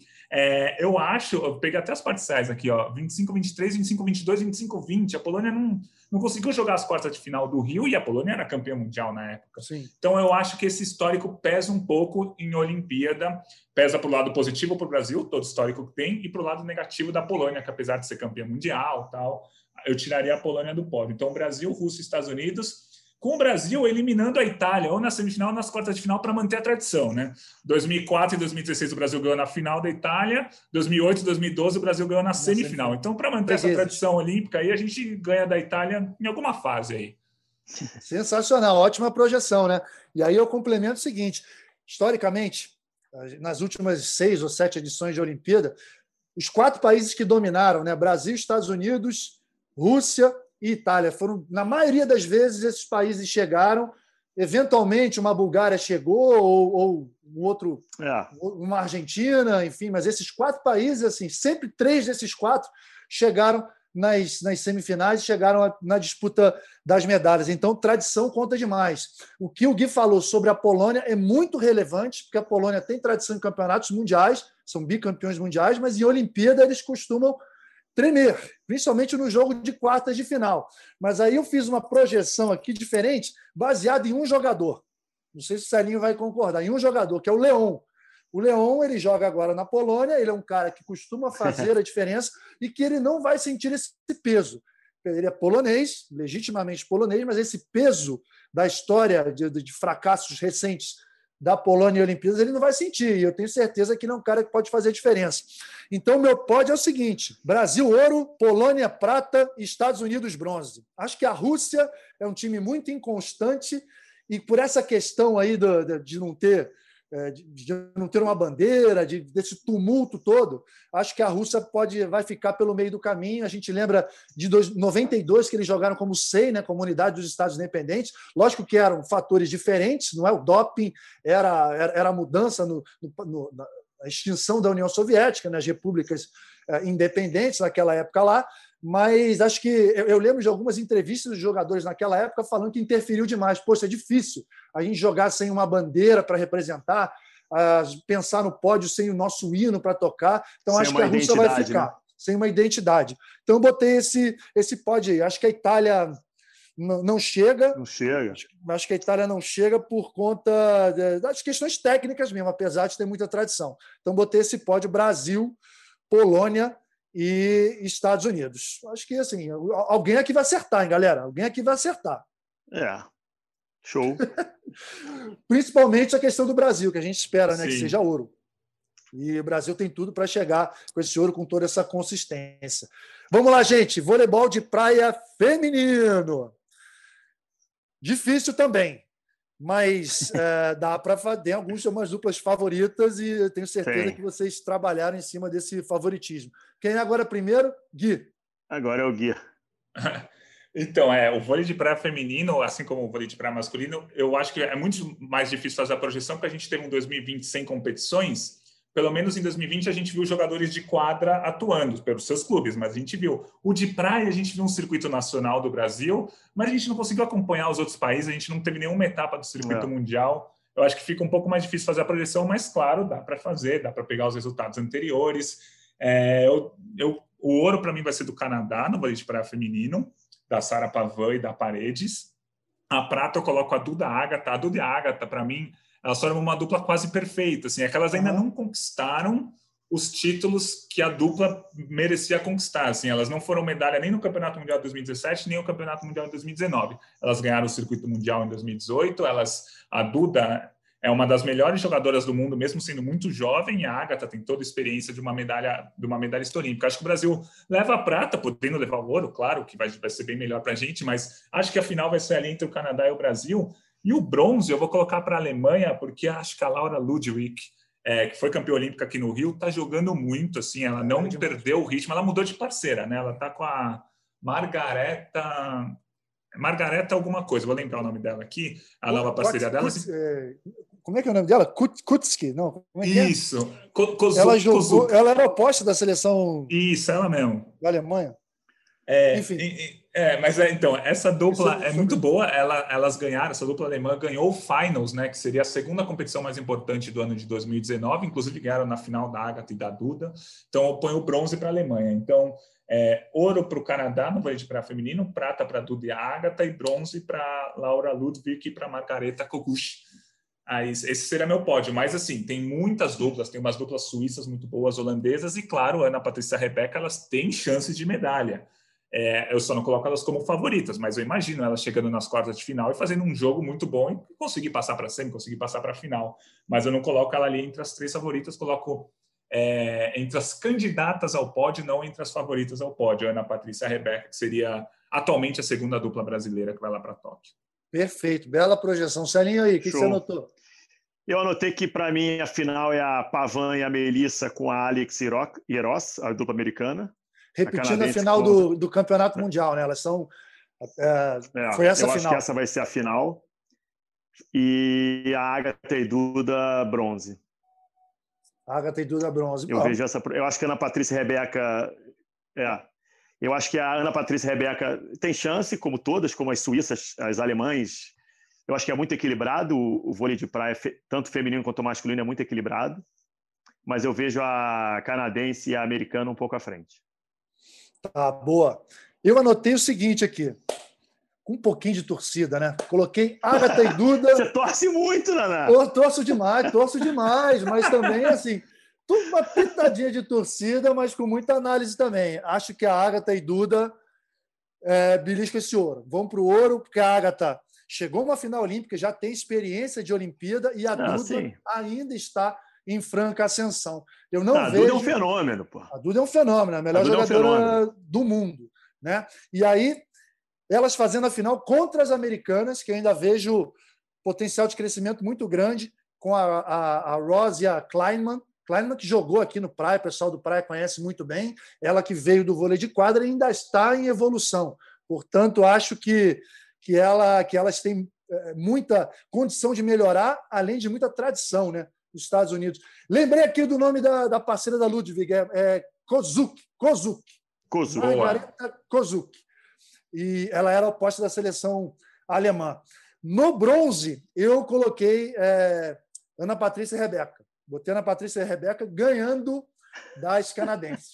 eu acho... Eu peguei até as parciais aqui, ó. 25-23, 25-22, 25-20. A Polônia não conseguiu jogar as quartas de final do Rio e a Polônia era campeã mundial na época.
Sim.
Então, eu acho que esse histórico pesa um pouco em Olimpíada. Pesa para o lado positivo para o Brasil, todo histórico que tem, e para o lado negativo da Polônia, que apesar de ser campeã mundial, tal, eu tiraria a Polônia do pódio. Então, Brasil, Rússia e Estados Unidos, com o Brasil eliminando a Itália, ou na semifinal ou nas quartas de final, para manter a tradição, né? 2004 e 2016 o Brasil ganhou na final da Itália, 2008 e 2012 o Brasil ganhou na semifinal. Então, para manter essa tradição olímpica aí, a gente ganha da Itália em alguma fase aí.
Sensacional, ótima projeção, né? E aí eu complemento o seguinte, historicamente, nas últimas 6 ou 7 edições de Olimpíada, os 4 países que dominaram, né? Brasil, Estados Unidos, Rússia e Itália, foram, na maioria das vezes, esses países chegaram, eventualmente uma Bulgária chegou, ou um outro, uma Argentina, enfim, mas esses 4 países, assim, sempre 3 desses 4 chegaram nas semifinais e chegaram na disputa das medalhas. Então, tradição conta demais. O que o Gui falou sobre a Polônia é muito relevante, porque a Polônia tem tradição em campeonatos mundiais, são bicampeões mundiais, mas em Olimpíada eles costumam tremer, principalmente no jogo de quartas de final. Mas aí eu fiz uma projeção aqui diferente, baseada em um jogador. Não sei se o Celinho vai concordar. Em um jogador, que é o Leão. O Leão, ele joga agora na Polônia, ele é um cara que costuma fazer a diferença e que ele não vai sentir esse peso. Ele é polonês, legitimamente polonês, mas esse peso da história de fracassos recentes da Polônia e Olimpíadas, ele não vai sentir. E eu tenho certeza que ele é um cara que pode fazer a diferença. Então, meu pódio é o seguinte: Brasil, ouro, Polônia, prata e Estados Unidos, bronze. Acho que a Rússia é um time muito inconstante e por essa questão aí de não ter uma bandeira, desse tumulto todo, acho que a Rússia vai ficar pelo meio do caminho. A gente lembra de 92, que eles jogaram como SEI, né, Comunidade dos Estados Independentes. Lógico que eram fatores diferentes, não é o doping, era a mudança na extinção da União Soviética, nas repúblicas independentes naquela época lá, mas acho que eu lembro de algumas entrevistas dos jogadores naquela época falando que interferiu demais. Poxa, é difícil a gente jogar sem uma bandeira para representar, pensar no pódio sem o nosso hino para tocar. Então, acho que a Rússia vai ficar, né? Sem uma identidade. Então, eu botei esse pódio aí. Acho que a Itália não chega.
Não chega.
Acho que a Itália não chega por conta das questões técnicas mesmo, apesar de ter muita tradição. Então, botei esse pódio: Brasil, Polônia e Estados Unidos. Acho que, assim, alguém aqui vai acertar, hein, galera? Alguém aqui vai acertar.
Show.
Principalmente a questão do Brasil, que a gente espera, né, que seja ouro. E o Brasil tem tudo para chegar com esse ouro, com toda essa consistência. Vamos lá, gente. Voleibol de praia feminino. Difícil também, mas dá para fazer algumas duplas favoritas e eu tenho certeza que vocês trabalharam em cima desse favoritismo. Quem é agora primeiro? Gui.
Agora é o Gui.
Então, o vôlei de praia feminino, assim como o vôlei de praia masculino, eu acho que é muito mais difícil fazer a projeção, porque a gente teve um 2020 sem competições. Pelo menos em 2020 a gente viu jogadores de quadra atuando pelos seus clubes, mas a gente viu o de praia, a gente viu um circuito nacional do Brasil, mas a gente não conseguiu acompanhar os outros países, a gente não teve nenhuma etapa do circuito mundial. Eu acho que fica um pouco mais difícil fazer a projeção, mas claro, dá para fazer, dá para pegar os resultados anteriores. O ouro para mim vai ser do Canadá no vôlei de praia feminino, da Sara Pavan e da Paredes. A prata eu coloco a Duda Agatha. A Duda e a Agatha, para mim, elas foram uma dupla quase perfeita. Assim, é que elas ainda não conquistaram os títulos que a dupla merecia conquistar. Assim, elas não foram medalha nem no Campeonato Mundial de 2017, nem no Campeonato Mundial de 2019. Elas ganharam o Circuito Mundial em 2018. A Duda é uma das melhores jogadoras do mundo, mesmo sendo muito jovem, e a Agatha tem toda a experiência de uma medalhista olímpica. Acho que o Brasil leva a prata, podendo levar o ouro, claro, que vai ser bem melhor para a gente, mas acho que a final vai ser ali entre o Canadá e o Brasil. E o bronze eu vou colocar para a Alemanha, porque acho que a Laura Ludwig, que foi campeã olímpica aqui no Rio, está jogando muito, assim, ela não perdeu o ritmo, ela mudou de parceira, né? Ela está com a Margareta... Margareta alguma coisa, vou lembrar o nome dela aqui, a nova parceria dela.
Como é que é o nome dela? Kutski? Não, como é que é?
Isso.
Ela era oposta da seleção.
Isso, ela mesmo.
Da Alemanha.
Enfim. Mas então, essa dupla é muito boa. Elas ganharam, essa dupla alemã ganhou o Finals, né, que seria a segunda competição mais importante do ano de 2019. Inclusive, ganharam na final da Agatha e da Duda. Então, eu ponho o bronze para a Alemanha. Então, ouro para o Canadá no vôlei de praia feminino, prata para a Duda e a Agatha, e bronze para Laura Ludwig e para Margareta Kogusch. Aí, esse seria meu pódio, mas assim, tem muitas duplas, tem umas duplas suíças muito boas, holandesas, e claro, Ana Patrícia e a Rebeca, elas têm chances de medalha. Eu só não coloco elas como favoritas, mas eu imagino elas chegando nas quartas de final e fazendo um jogo muito bom e conseguir passar para a semi, conseguir passar para a final. Mas eu não coloco ela ali entre as 3 favoritas, coloco entre as candidatas ao pódio, não entre as favoritas ao pódio. Ana Patrícia e a Rebeca, que seria atualmente a segunda dupla brasileira que vai lá para Tóquio.
Perfeito, bela projeção. Celinho aí, o que você anotou?
Eu anotei que, para mim, a final é a Pavan e a Melissa com a Alex Iros, a dupla americana.
Repetindo a final do Campeonato Mundial, né? Elas são... foi essa a final.
Eu acho que essa vai ser a final. E a Agatha e Duda, bronze.
Agatha e Duda, bronze.
Eu acho que a Ana Patrícia e a Rebeca... Eu acho que a Ana Patrícia e a Rebeca tem chance, como todas, como as suíças, as alemães. Eu acho que é muito equilibrado. O vôlei de praia, tanto feminino quanto masculino, é muito equilibrado. Mas eu vejo a canadense e a americana um pouco à frente.
Tá, boa. Eu anotei o seguinte aqui, com um pouquinho de torcida, né? Coloquei Agatha e Duda...
Você torce muito, Naná.
Eu torço demais, mas também, assim, uma pitadinha de torcida, mas com muita análise também. Acho que a Agatha e Duda beliscam esse ouro. Vão para o ouro, porque a Agatha chegou a uma final olímpica, já tem experiência de Olimpíada, e a Duda ainda está em franca ascensão. Eu não vejo...
A Duda é um fenômeno, pô.
A Duda é um fenômeno, a melhor jogadora do mundo, né? E aí, elas fazendo a final contra as americanas, que eu ainda vejo potencial de crescimento muito grande, com a Rose e a Kleinman, que jogou aqui no Praia, o pessoal do Praia conhece muito bem, ela que veio do vôlei de quadra e ainda está em evolução. Portanto, acho que elas têm muita condição de melhorar, além de muita tradição, né? Dos Estados Unidos. Lembrei aqui do nome da parceira da Ludwig, Kozuki. Margareta Kozuki. E ela era oposta da seleção alemã. No bronze, eu coloquei Ana Patrícia e Rebeca. Botei Ana Patrícia e Rebeca ganhando das canadenses.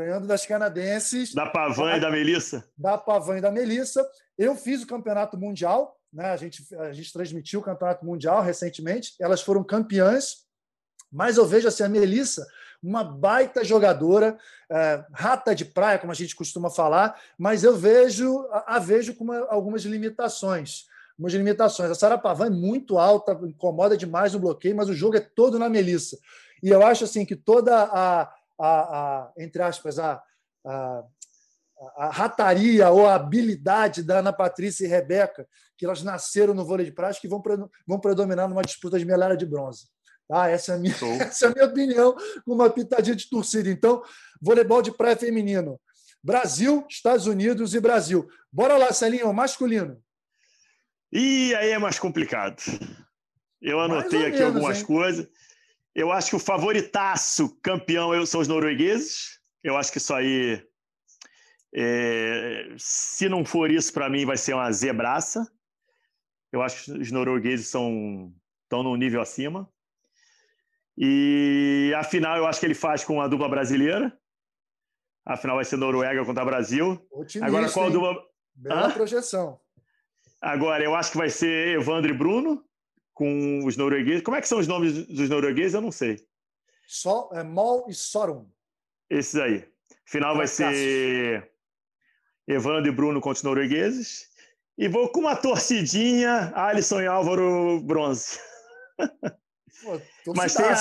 Da
Pavan e da Melissa.
Da Pavan e da Melissa. Eu fiz o campeonato mundial, né? A gente transmitiu o campeonato mundial recentemente. Elas foram campeãs. Mas eu vejo assim, a Melissa, uma baita jogadora, rata de praia, como a gente costuma falar, mas eu vejo com algumas limitações. A Sara Pavan é muito alta, incomoda demais no bloqueio, mas o jogo é todo na Melissa. E eu acho assim, que toda entre aspas, a rataria ou a habilidade da Ana Patrícia e Rebeca, que elas nasceram no vôlei de praia, acho que vão predominar numa disputa de medalha de bronze. Essa é a minha opinião, com uma pitadinha de torcida. Então, voleibol de praia feminino. Brasil, Estados Unidos e Brasil. Bora lá, Celinho, masculino.
E aí é mais complicado. Eu anotei aqui algumas coisas. Eu acho que o favoritaço campeão são os noruegueses. Eu acho que isso aí, se não for isso, para mim vai ser uma zebraça. Eu acho que os noruegueses estão num nível acima. E a final eu acho que ele faz com a dupla brasileira. A final vai ser Noruega contra Brasil.
Otimista,
agora qual dupla?
Bela projeção.
Agora eu acho que vai ser Evandro e Bruno com os noruegueses. Como é que são os nomes dos noruegueses? Eu não sei.
Mol e Sorum.
Esses aí. Final vai ser Evandro e Bruno contra os noruegueses. E vou com uma torcidinha, Alisson e Álvaro bronze.
Mas tem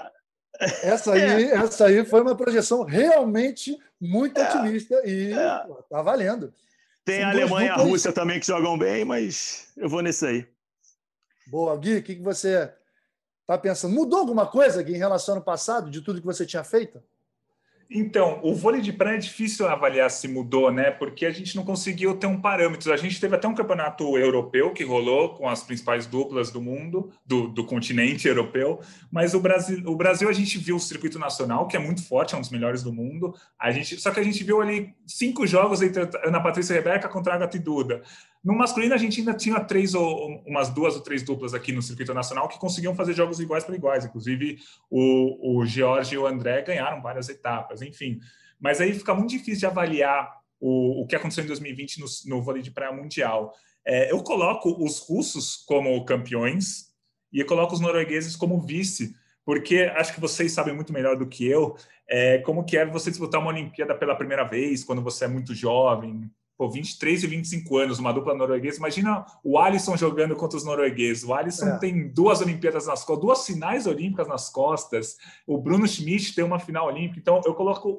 essa aí foi uma projeção realmente muito otimista e tá valendo.
Tem a Alemanha e a Rússia também que jogam bem, mas eu vou nesse aí.
Boa, Gui, o que você está pensando? Mudou alguma coisa, Gui, em relação ao ano passado, de tudo que você tinha feito?
Então, o vôlei de praia é difícil avaliar se mudou, né? Porque a gente não conseguiu ter um parâmetro. A gente teve até um campeonato europeu que rolou com as principais duplas do mundo, do continente europeu, mas o Brasil a gente viu o circuito nacional, que é muito forte, é um dos melhores do mundo. Só que a gente viu ali 5 jogos entre Ana Patrícia e Rebeca contra a Agatha e Duda. No masculino, a gente ainda tinha umas 2 ou 3 duplas aqui no circuito nacional que conseguiam fazer jogos iguais para iguais. Inclusive, o George e o André ganharam várias etapas, enfim. Mas aí fica muito difícil de avaliar o que aconteceu em 2020 no vôlei de praia mundial. Eu coloco os russos como campeões e eu coloco os noruegueses como vice, porque acho que vocês sabem muito melhor do que eu como que é você disputar uma Olimpíada pela primeira vez, quando você é muito jovem. 23 e 25 anos, uma dupla norueguesa. Imagina o Alisson jogando contra os noruegueses. O Alisson tem 2 Olimpíadas nas costas, 2 finais olímpicas nas costas. O Bruno Schmidt tem uma final olímpica. Então, eu coloco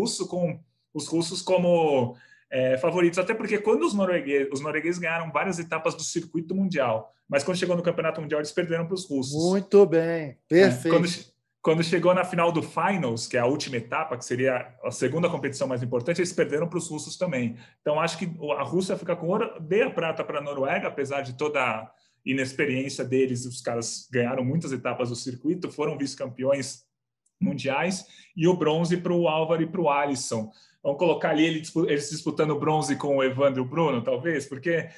os russos como favoritos. Até porque quando os noruegueses ganharam várias etapas do circuito mundial, mas quando chegou no campeonato mundial, eles perderam para os russos.
Muito bem, perfeito.
Quando chegou na final do Finals, que é a última etapa, que seria a segunda competição mais importante, eles perderam para os russos também. Então, acho que a Rússia fica com ouro, dei a prata para a Noruega, apesar de toda a inexperiência deles, os caras ganharam muitas etapas do circuito, foram vice-campeões mundiais, e o bronze para o Álvaro e para o Alisson. Vamos colocar ali eles disputando o bronze com o Evandro e o Bruno, talvez, porque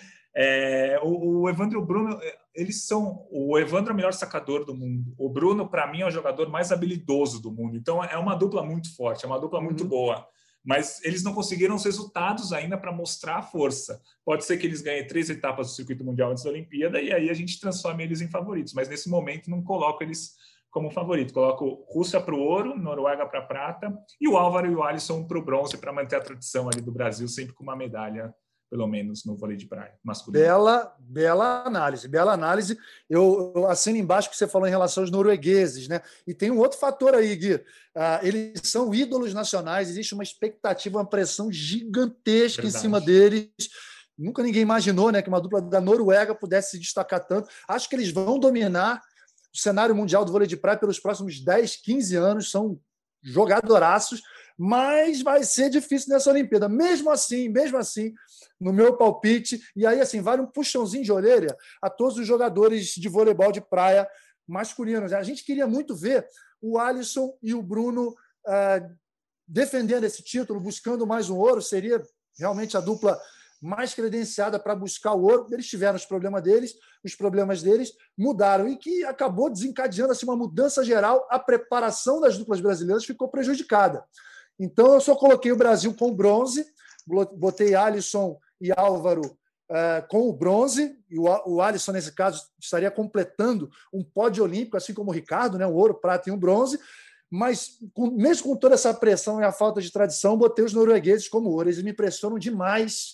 o Evandro e o Bruno, o Evandro é o melhor sacador do mundo. O Bruno, para mim, é o jogador mais habilidoso do mundo. Então, é uma dupla muito forte, é uma dupla muito boa. Mas eles não conseguiram os resultados ainda para mostrar a força. Pode ser que eles ganhem 3 etapas do circuito mundial antes da Olimpíada e aí a gente transforma eles em favoritos. Mas, nesse momento, não coloco eles como favorito. Coloco Rússia para o ouro, Noruega para a prata e o Álvaro e o Alisson para o bronze, para manter a tradição ali do Brasil, sempre com uma medalha, pelo menos no vôlei de praia masculino.
Bela análise. Eu assino embaixo o que você falou em relação aos noruegueses, né? E tem um outro fator aí, Gui. Eles são ídolos nacionais, existe uma expectativa, uma pressão gigantesca em cima deles. Nunca ninguém imaginou, né, que uma dupla da Noruega pudesse se destacar tanto. Acho que eles vão dominar o cenário mundial do vôlei de praia pelos próximos 10, 15 anos. São jogadoraços, mas vai ser difícil nessa Olimpíada. Mesmo assim, no meu palpite, e aí assim, vale um puxãozinho de orelha a todos os jogadores de voleibol de praia masculinos. A gente queria muito ver o Alisson e o Bruno defendendo esse título, buscando mais um ouro. Seria realmente a dupla mais credenciada para buscar o ouro. Eles tiveram os problemas deles mudaram, e que acabou desencadeando assim, uma mudança geral. A preparação das duplas brasileiras ficou prejudicada. Então, eu só coloquei o Brasil com bronze, botei Alisson e Álvaro com o bronze, e o Alisson, nesse caso, estaria completando um pódio olímpico, assim como o Ricardo, né? Um ouro, prata e um bronze, mas mesmo com toda essa pressão e a falta de tradição, botei os noruegueses como ouro. Eles me impressionam demais,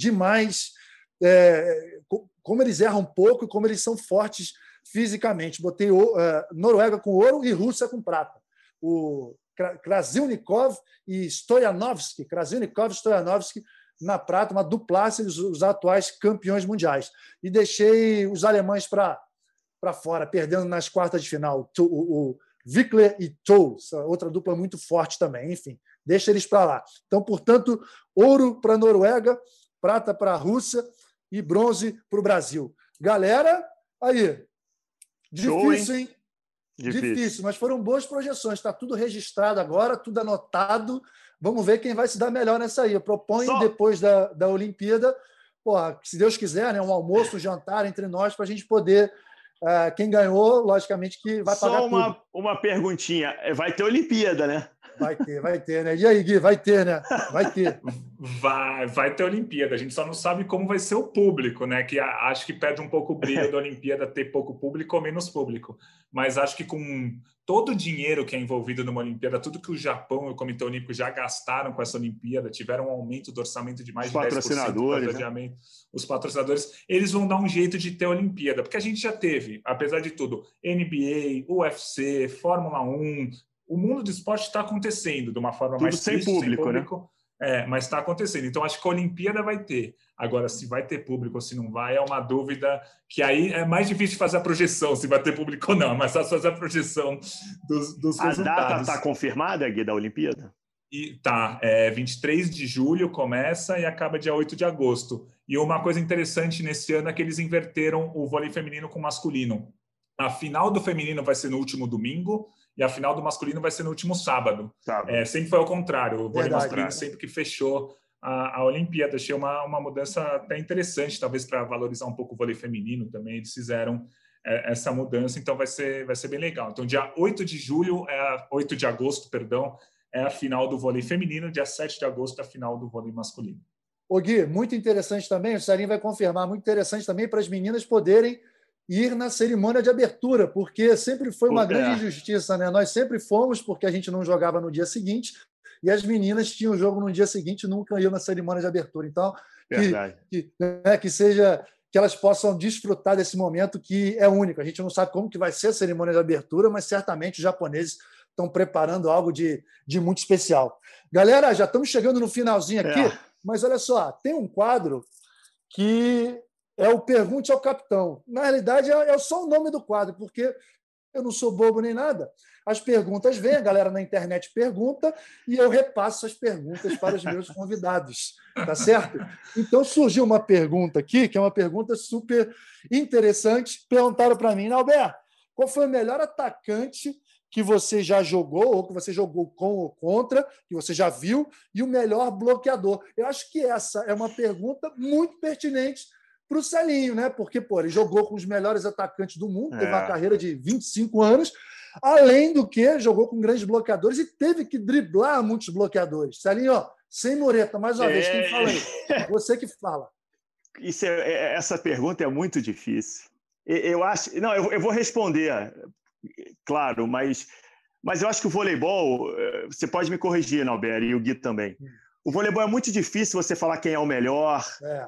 como eles erram pouco e como eles são fortes fisicamente. Botei Noruega com ouro e Rússia com prata. O Krasilnikov e Stoyanovski, na prata, uma duplácia, os atuais campeões mundiais. E deixei os alemães para fora, perdendo nas quartas de final. O Wickler e Toll, outra dupla muito forte também. Enfim, deixa eles para lá. Então, portanto, ouro para a Noruega, prata para a Rússia e bronze para o Brasil. Galera, aí, difícil, hein? Difícil, mas foram boas projeções. Está tudo registrado agora, tudo anotado. Vamos ver quem vai se dar melhor nessa aí. Eu proponho, depois da Olimpíada, se Deus quiser, né, um almoço, um jantar entre nós, para a gente poder... quem ganhou, logicamente, que vai pagar tudo.
Só uma perguntinha. Vai ter Olimpíada, né?
Vai ter, né? E aí, Gui, vai ter, né? Vai ter.
Vai ter Olimpíada. A gente só não sabe como vai ser o público, né? Que acho que perde um pouco o brilho da Olimpíada ter pouco público ou menos público. Mas acho que com todo o dinheiro que é envolvido numa Olimpíada, tudo que o Japão e o Comitê Olímpico já gastaram com essa Olimpíada, tiveram um aumento do orçamento de mais de 10%.
Patrocinadores,
né? Os patrocinadores, eles vão dar um jeito de ter Olimpíada, porque a gente já teve, apesar de tudo, NBA, UFC, Fórmula 1... O mundo do esporte está acontecendo de uma forma
tudo
mais triste,
sem público, né?
Mas está acontecendo. Então, acho que a Olimpíada vai ter. Agora, se vai ter público ou se não vai, é uma dúvida que aí é mais difícil de fazer a projeção, se vai ter público ou não, mas só fazer a projeção dos resultados.
A data está confirmada, Gui, da Olimpíada?
E tá, 23 de julho começa e acaba dia 8 de agosto. E uma coisa interessante nesse ano é que eles inverteram o vôlei feminino com o masculino. A final do feminino vai ser no último domingo e a final do masculino vai ser no último sábado. Sempre foi ao contrário. O vôlei masculino sempre que fechou a Olimpíada. Achei uma mudança até interessante, talvez para valorizar um pouco o vôlei feminino também. Eles fizeram essa mudança, então vai ser bem legal. Então, dia 8 de agosto, é a final do vôlei feminino, dia 7 de agosto, a final do vôlei masculino.
Ô Gui, muito interessante também, o Celinho vai confirmar, muito interessante também para as meninas poderem ir na cerimônia de abertura, porque sempre foi uma grande injustiça, né? Nós sempre fomos, porque a gente não jogava no dia seguinte, e as meninas tinham jogo no dia seguinte e nunca iam na cerimônia de abertura. Então, que elas possam desfrutar desse momento que é único. A gente não sabe como que vai ser a cerimônia de abertura, mas certamente os japoneses estão preparando algo de muito especial. Galera, já estamos chegando no finalzinho aqui, mas olha só, tem um quadro que é o Pergunte ao Capitão. Na realidade, é só o nome do quadro, porque eu não sou bobo nem nada. As perguntas vêm, a galera na internet pergunta e eu repasso as perguntas para os meus convidados, tá certo? Então, surgiu uma pergunta aqui, que é uma pergunta super interessante. Perguntaram para mim, Alberto, qual foi o melhor atacante que você já jogou, ou que você jogou com ou contra, que você já viu, e o melhor bloqueador? Eu acho que essa é uma pergunta muito pertinente para o Celinho, né? Porque ele jogou com os melhores atacantes do mundo, teve uma carreira de 25 anos, além do que jogou com grandes bloqueadores e teve que driblar muitos bloqueadores. Celinho, sem mureta, mais uma vez, quem fala aí? Você que fala.
Essa pergunta é muito difícil. Eu acho... Não, eu vou responder, claro, mas eu acho que o voleibol, você pode me corrigir, Nauber, e o Gui também. O voleibol é muito difícil você falar quem é o melhor.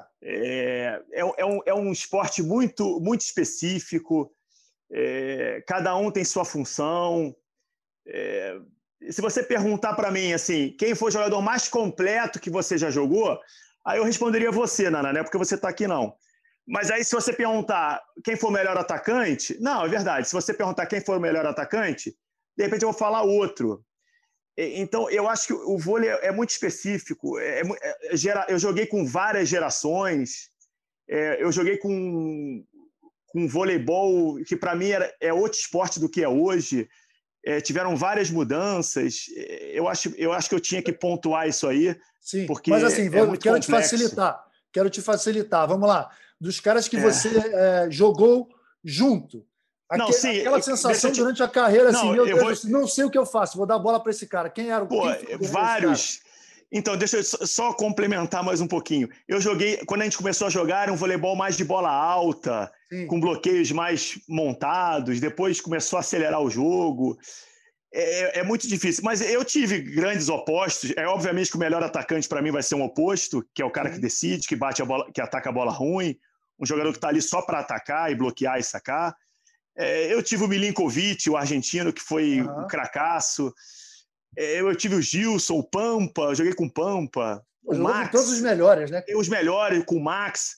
É um esporte muito, muito específico. Cada um tem sua função. Se você perguntar para mim assim, quem foi o jogador mais completo que você já jogou, aí eu responderia você, Nana, não é porque você está aqui, não. Mas aí, se você perguntar quem foi o melhor atacante, não, é verdade. Se você perguntar quem foi o melhor atacante, de repente eu vou falar outro. Então, eu acho que o vôlei é muito específico. Eu joguei com várias gerações. Eu joguei com voleibol, que para mim é outro esporte do que é hoje. Tiveram várias mudanças. Eu acho que eu tinha que pontuar isso aí.
Sim,
porque
mas assim,
quero
te facilitar. Vamos lá. Dos caras que você jogou junto. Aquela sensação durante a carreira, assim, meu Deus, não sei o que eu faço, vou dar a bola para esse cara. Quem era?
Vários. Então, deixa eu só complementar mais um pouquinho. Eu joguei, quando a gente começou a jogar, era um voleibol mais de bola alta, com bloqueios mais montados, depois começou a acelerar o jogo. É muito difícil, mas eu tive grandes opostos. Obviamente que o melhor atacante para mim vai ser um oposto, que é o cara que decide, que bate a bola, que ataca a bola ruim, um jogador que está ali só para atacar e bloquear e sacar. Eu tive o Milinkovic, o argentino, que foi um cracaço. Eu tive o Gilson, o Pampa, eu joguei com o Pampa, o Max.
Todos os melhores, né?
Os melhores, com o Max.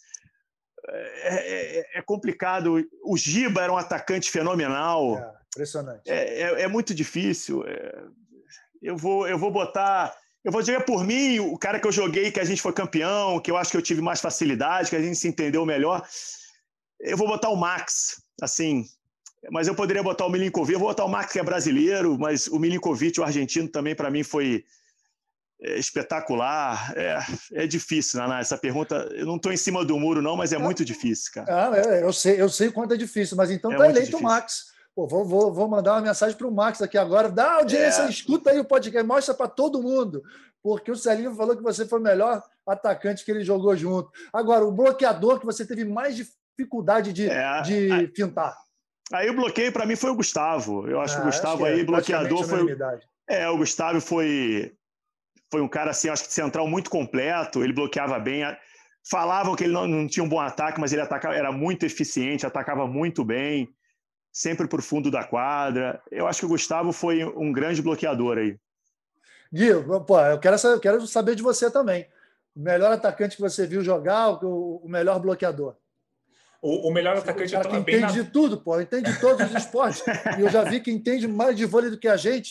É complicado. O Giba era um atacante fenomenal.
Impressionante.
É muito difícil. Eu vou jogar por mim, o cara que eu joguei, que a gente foi campeão, que eu acho que eu tive mais facilidade, que a gente se entendeu melhor. Eu vou botar o Max, assim... Mas eu poderia botar o Milinkovic. Eu vou botar o Max, que é brasileiro, mas o Milinkovic, o argentino, também para mim foi espetacular. É difícil, Naná, essa pergunta. Eu não estou em cima do muro, não, mas é muito difícil, cara.
Eu sei o quanto é difícil, mas então está eleito o Max. Vou mandar uma mensagem para o Max aqui agora. Dá audiência, escuta aí o podcast, mostra para todo mundo, porque o Celinho falou que você foi o melhor atacante que ele jogou junto. Agora, o bloqueador que você teve mais dificuldade de fintar.
Aí o bloqueio, para mim, foi o Gustavo. Eu acho que o Gustavo bloqueador, foi... o Gustavo foi um cara, assim, acho que central muito completo, ele bloqueava bem. Falavam que ele não tinha um bom ataque, mas ele atacava, era muito eficiente, atacava muito bem, sempre por fundo da quadra. Eu acho que o Gustavo foi um grande bloqueador aí.
Gui, eu quero saber de você também. O melhor atacante que você viu jogar, o melhor bloqueador.
O melhor atacante
é que entende de tudo, entende de todos os esportes. E eu já vi que entende mais de vôlei do que a gente.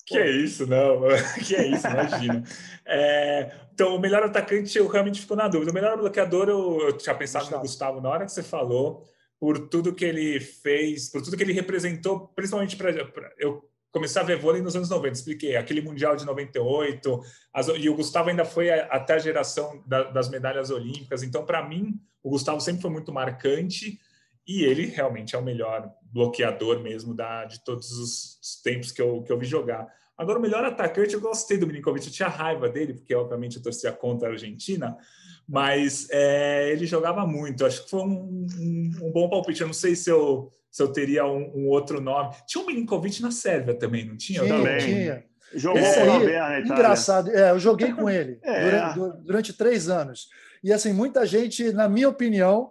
Que é isso, não. Que é isso, imagina. Então, o melhor atacante eu realmente fico na dúvida. O melhor bloqueador eu tinha pensado no Gustavo na hora que você falou, por tudo que ele fez, por tudo que ele representou, principalmente para... Eu comecei a ver vôlei nos anos 90, expliquei, aquele Mundial de 98, e o Gustavo ainda foi até a geração das medalhas olímpicas. Então, para mim, o Gustavo sempre foi muito marcante e ele realmente é o melhor bloqueador mesmo de todos os tempos que eu vi jogar. Agora, o melhor atacante, eu gostei do Milinkovic, eu tinha raiva dele, porque obviamente eu torcia contra a Argentina, mas ele jogava muito. Acho que foi um bom palpite. Eu não sei se eu teria um outro nome. Tinha o Milinkovic na Sérvia também, não tinha?
Tinha.
Jogou com o Robert na Itália.
Engraçado. Eu joguei com ele durante 3 anos. E assim, muita gente, na minha opinião,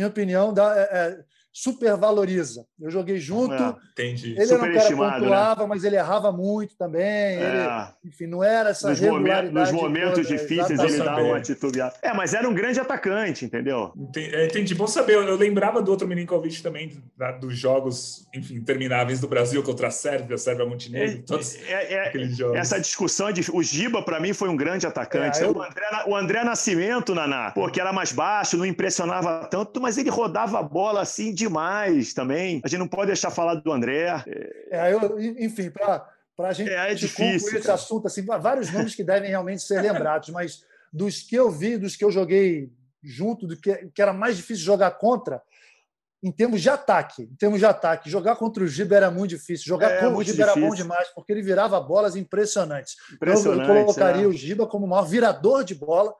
supervaloriza. Eu joguei junto.
Entendi.
Ele era um cara que pontuava, né? Mas ele errava muito também. Ele, enfim, não era essa regularidade.
Nos momentos difíceis, ele dava uma atitude. Mas era um grande atacante, entendeu?
Entendi. Bom saber. Eu lembrava do outro Milinkovic também, dos jogos, enfim, intermináveis do Brasil contra a Sérvia, Montenegro, todos aqueles jogos.
Essa discussão de... O Giba, para mim, foi um grande atacante. O André Nascimento, Naná, porque era mais baixo, não impressionava tanto, mas ele rodava a bola assim demais também. A gente não pode deixar falar do André.
Enfim, para a gente
difícil,
concluir esse assunto, assim, vários nomes que devem realmente ser lembrados, mas dos que eu vi, dos que eu joguei junto, do que era mais difícil jogar contra, em termos de ataque. Jogar contra o Giba era muito difícil. Jogar contra o Giba era bom demais, porque ele virava bolas impressionantes. Eu colocaria o Giba como o maior virador de bola.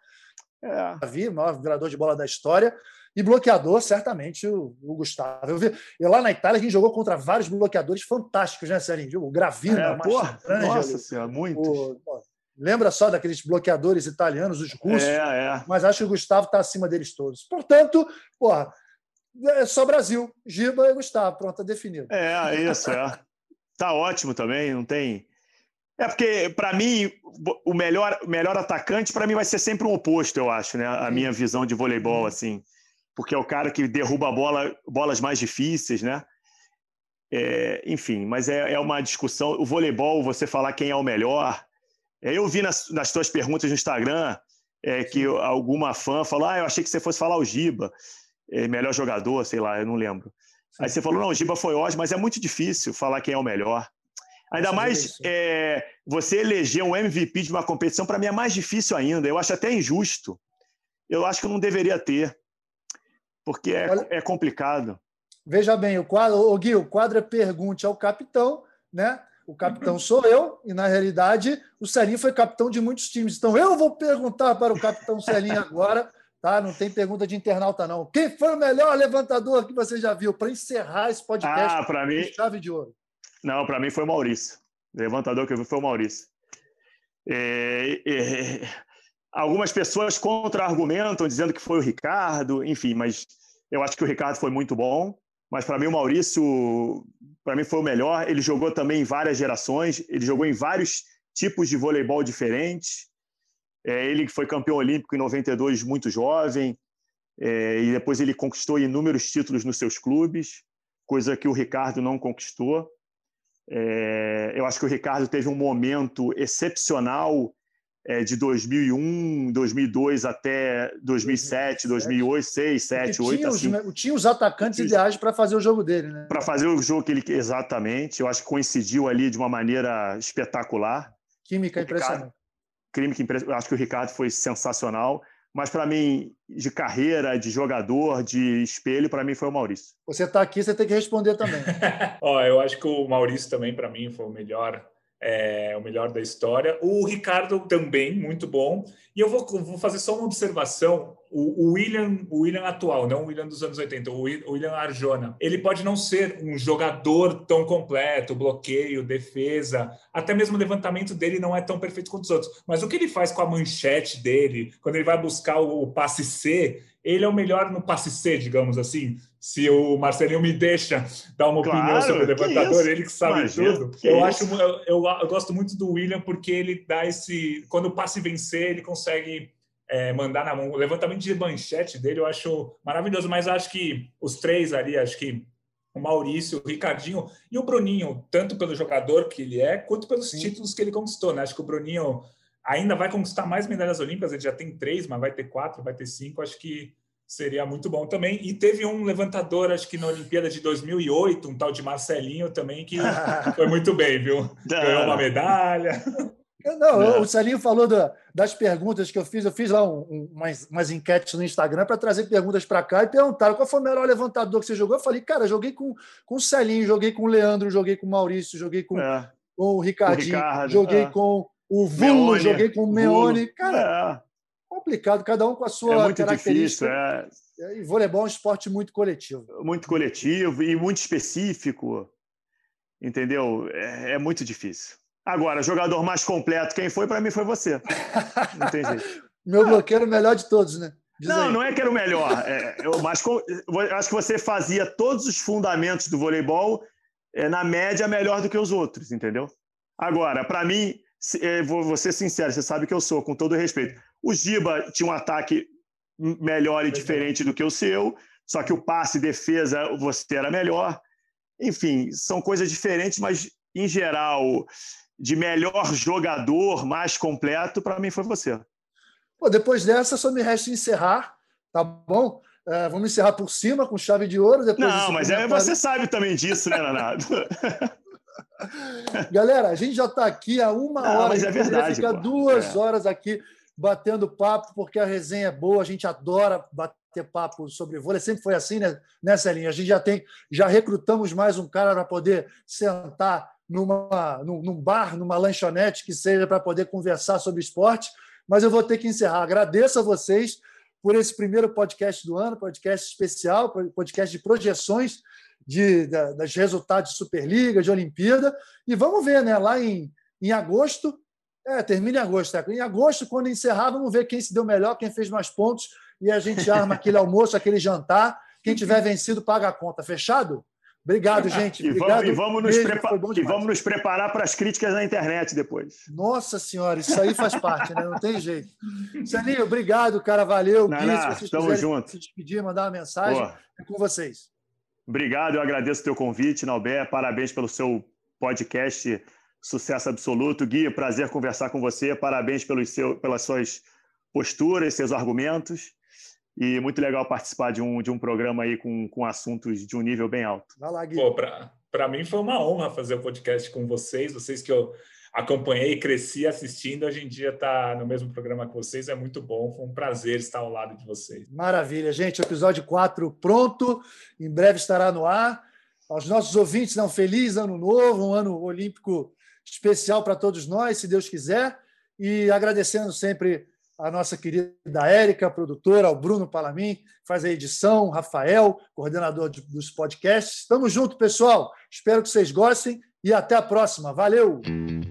O maior virador de bola da história. E bloqueador, certamente, o Gustavo. Eu lá na Itália, a gente jogou contra vários bloqueadores fantásticos, né, Celinho? O Gravina,
nossa senhora, muitos.
Lembra só daqueles bloqueadores italianos, os russos? Mas acho que o Gustavo está acima deles todos. Portanto, é só Brasil. Giba e Gustavo. Pronto, está definido.
Isso. Tá ótimo também, não tem... Porque, para mim, o melhor atacante, para mim, vai ser sempre um oposto, eu acho, né? A minha visão de voleibol, assim. Porque é o cara que derruba bolas mais difíceis, né? Enfim, mas é uma discussão. O voleibol, você falar quem é o melhor... Eu vi nas tuas perguntas no Instagram que alguma fã falou: eu achei que você fosse falar o Giba, melhor jogador, sei lá, eu não lembro. Sim. Aí você falou: não, o Giba foi ótimo, mas é muito difícil falar quem é o melhor. Ainda mais você eleger um MVP de uma competição, para mim é mais difícil ainda. Eu acho até injusto. Eu acho que não deveria ter, porque é complicado.
Veja bem, o quadro é pergunte ao capitão, né? O capitão sou eu, e na realidade o Celinho foi capitão de muitos times. Então eu vou perguntar para o capitão Celinho agora, tá? Não tem pergunta de internauta, não. Quem foi o melhor levantador que você já viu? Para encerrar esse podcast
para mim,
chave de ouro.
Não, para mim foi o Maurício. O levantador que eu vi foi o Maurício. Algumas pessoas contra-argumentam, dizendo que foi o Ricardo, enfim, mas eu acho que o Ricardo foi muito bom. Mas para mim o Maurício, para mim foi o melhor. Ele jogou também em várias gerações, ele jogou em vários tipos de voleibol diferentes. Ele foi campeão olímpico em 92, muito jovem, e depois ele conquistou inúmeros títulos nos seus clubes, coisa que o Ricardo não conquistou. Eu acho que o Ricardo teve um momento excepcional de 2001, 2002 até 2007, 2008, 6, 7, 8. Assim.
Tinha os atacantes ideais para fazer o jogo dele, né?
Para fazer o jogo que ele... Exatamente. Eu acho que coincidiu ali de uma maneira espetacular.
Química impressionante.
Eu acho que o Ricardo foi sensacional. Mas, para mim, de carreira, de jogador, de espelho, para mim foi o Maurício.
Você está aqui, você tem que responder também.
Eu acho que o Maurício também, para mim, foi o melhor da história. O Ricardo também, muito bom. E eu vou fazer só uma observação. O William atual, não o William dos anos 80, o William Arjona, ele pode não ser um jogador tão completo, bloqueio, defesa, até mesmo o levantamento dele não é tão perfeito quanto os outros. Mas o que ele faz com a manchete dele, quando ele vai buscar o passe C, ele é o melhor no passe C, digamos assim. Se o Marcelinho me deixa dar uma opinião sobre o levantador, ele que sabe tudo. Eu gosto muito do William porque ele dá esse... Quando o passe vencer, ele consegue mandar na mão. O levantamento de manchete dele eu acho maravilhoso, mas acho que os três ali, acho que o Maurício, o Ricardinho e o Bruninho, tanto pelo jogador que ele é, quanto pelos títulos que ele conquistou, né? Acho que o Bruninho ainda vai conquistar mais medalhas olímpicas, ele já tem 3, mas vai ter 4, vai ter 5, acho que seria muito bom também. E teve um levantador, acho que na Olimpíada de 2008, um tal de Marcelinho também, que foi muito bem, viu? Ganhou uma medalha.
Não, o Celinho falou das perguntas que eu fiz. Eu fiz lá umas enquetes no Instagram para trazer perguntas para cá e perguntaram qual foi o melhor levantador que você jogou. Eu falei, cara, joguei com o Celinho, joguei com o Leandro, joguei com o Maurício, joguei com o Ricardinho, joguei com o Vulo, joguei com o Meone. Cara, complicado, cada um com a sua característica.
É muito difícil.
E voleibol é um esporte muito coletivo.
Muito coletivo e muito específico, entendeu? É muito difícil. Agora, jogador mais completo, quem foi? Para mim foi você. Não tem jeito.
Meu bloqueio era o melhor de todos, né?
Não é que era o melhor. Mas acho que você fazia todos os fundamentos do voleibol, na média, melhor do que os outros, entendeu? Agora, para mim, vou ser sincero, você sabe que eu sou, com todo respeito. O Giba tinha um ataque melhor e diferente do que o seu, só que o passe e defesa você era melhor. Enfim, são coisas diferentes, mas, em geral, de melhor jogador, mais completo, para mim foi você.
Pô, depois dessa, só me resta encerrar, tá bom? Vamos encerrar por cima, com chave de ouro. Depois
mas você sabe também disso, né, Leonardo?
Galera, a gente já está aqui há 1 hora.
Mas é verdade.
Fica 2 horas aqui batendo papo, porque a resenha é boa, a gente adora bater papo sobre vôlei. Sempre foi assim, né, Celinho? A gente já recrutamos mais um cara para poder sentar num bar, numa lanchonete, que seja, para poder conversar sobre esporte. Mas eu vou ter que encerrar. Agradeço a vocês por esse primeiro podcast do ano, podcast especial, podcast de projeções dos resultados de Superliga, de Olimpíada. E vamos ver, né? Lá em agosto, termina em agosto. Em agosto, quando encerrar, vamos ver quem se deu melhor, quem fez mais pontos, e a gente arma aquele almoço, aquele jantar. Quem tiver vencido, paga a conta. Fechado? Obrigado, gente. Obrigado.
E vamos nos preparar para as críticas na internet depois.
Nossa Senhora, isso aí faz parte, né? Não tem jeito. Celinho, obrigado, cara. Valeu. Gui, se vocês quiserem se despedir, mandar uma mensagem, é com vocês.
Obrigado, eu agradeço o teu convite, Naubert. Parabéns pelo seu podcast, sucesso absoluto. Gui, prazer conversar com você. Parabéns pelas suas posturas, seus argumentos. E muito legal participar de um programa aí com assuntos de um nível bem alto.
Vai lá, Gui.
Pô, para mim foi uma honra fazer o podcast com vocês que eu acompanhei e cresci assistindo. Hoje em dia está no mesmo programa que vocês, é muito bom. Foi um prazer estar ao lado de vocês.
Maravilha, gente. O episódio 4 pronto. Em breve estará no ar. Aos nossos ouvintes, um feliz ano novo, um ano olímpico especial para todos nós, se Deus quiser. E agradecendo sempre a nossa querida Érica, a produtora, ao Bruno Palamin, que faz a edição, o Rafael, coordenador dos podcasts. Estamos juntos, pessoal. Espero que vocês gostem e até a próxima. Valeu!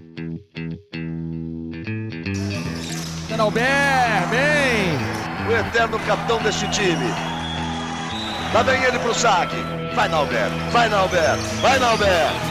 Albert, bem!
O eterno capitão deste time. Lá vem ele pro saque. Vai, Naubert! Vai, Naubert! Vai, Naubert!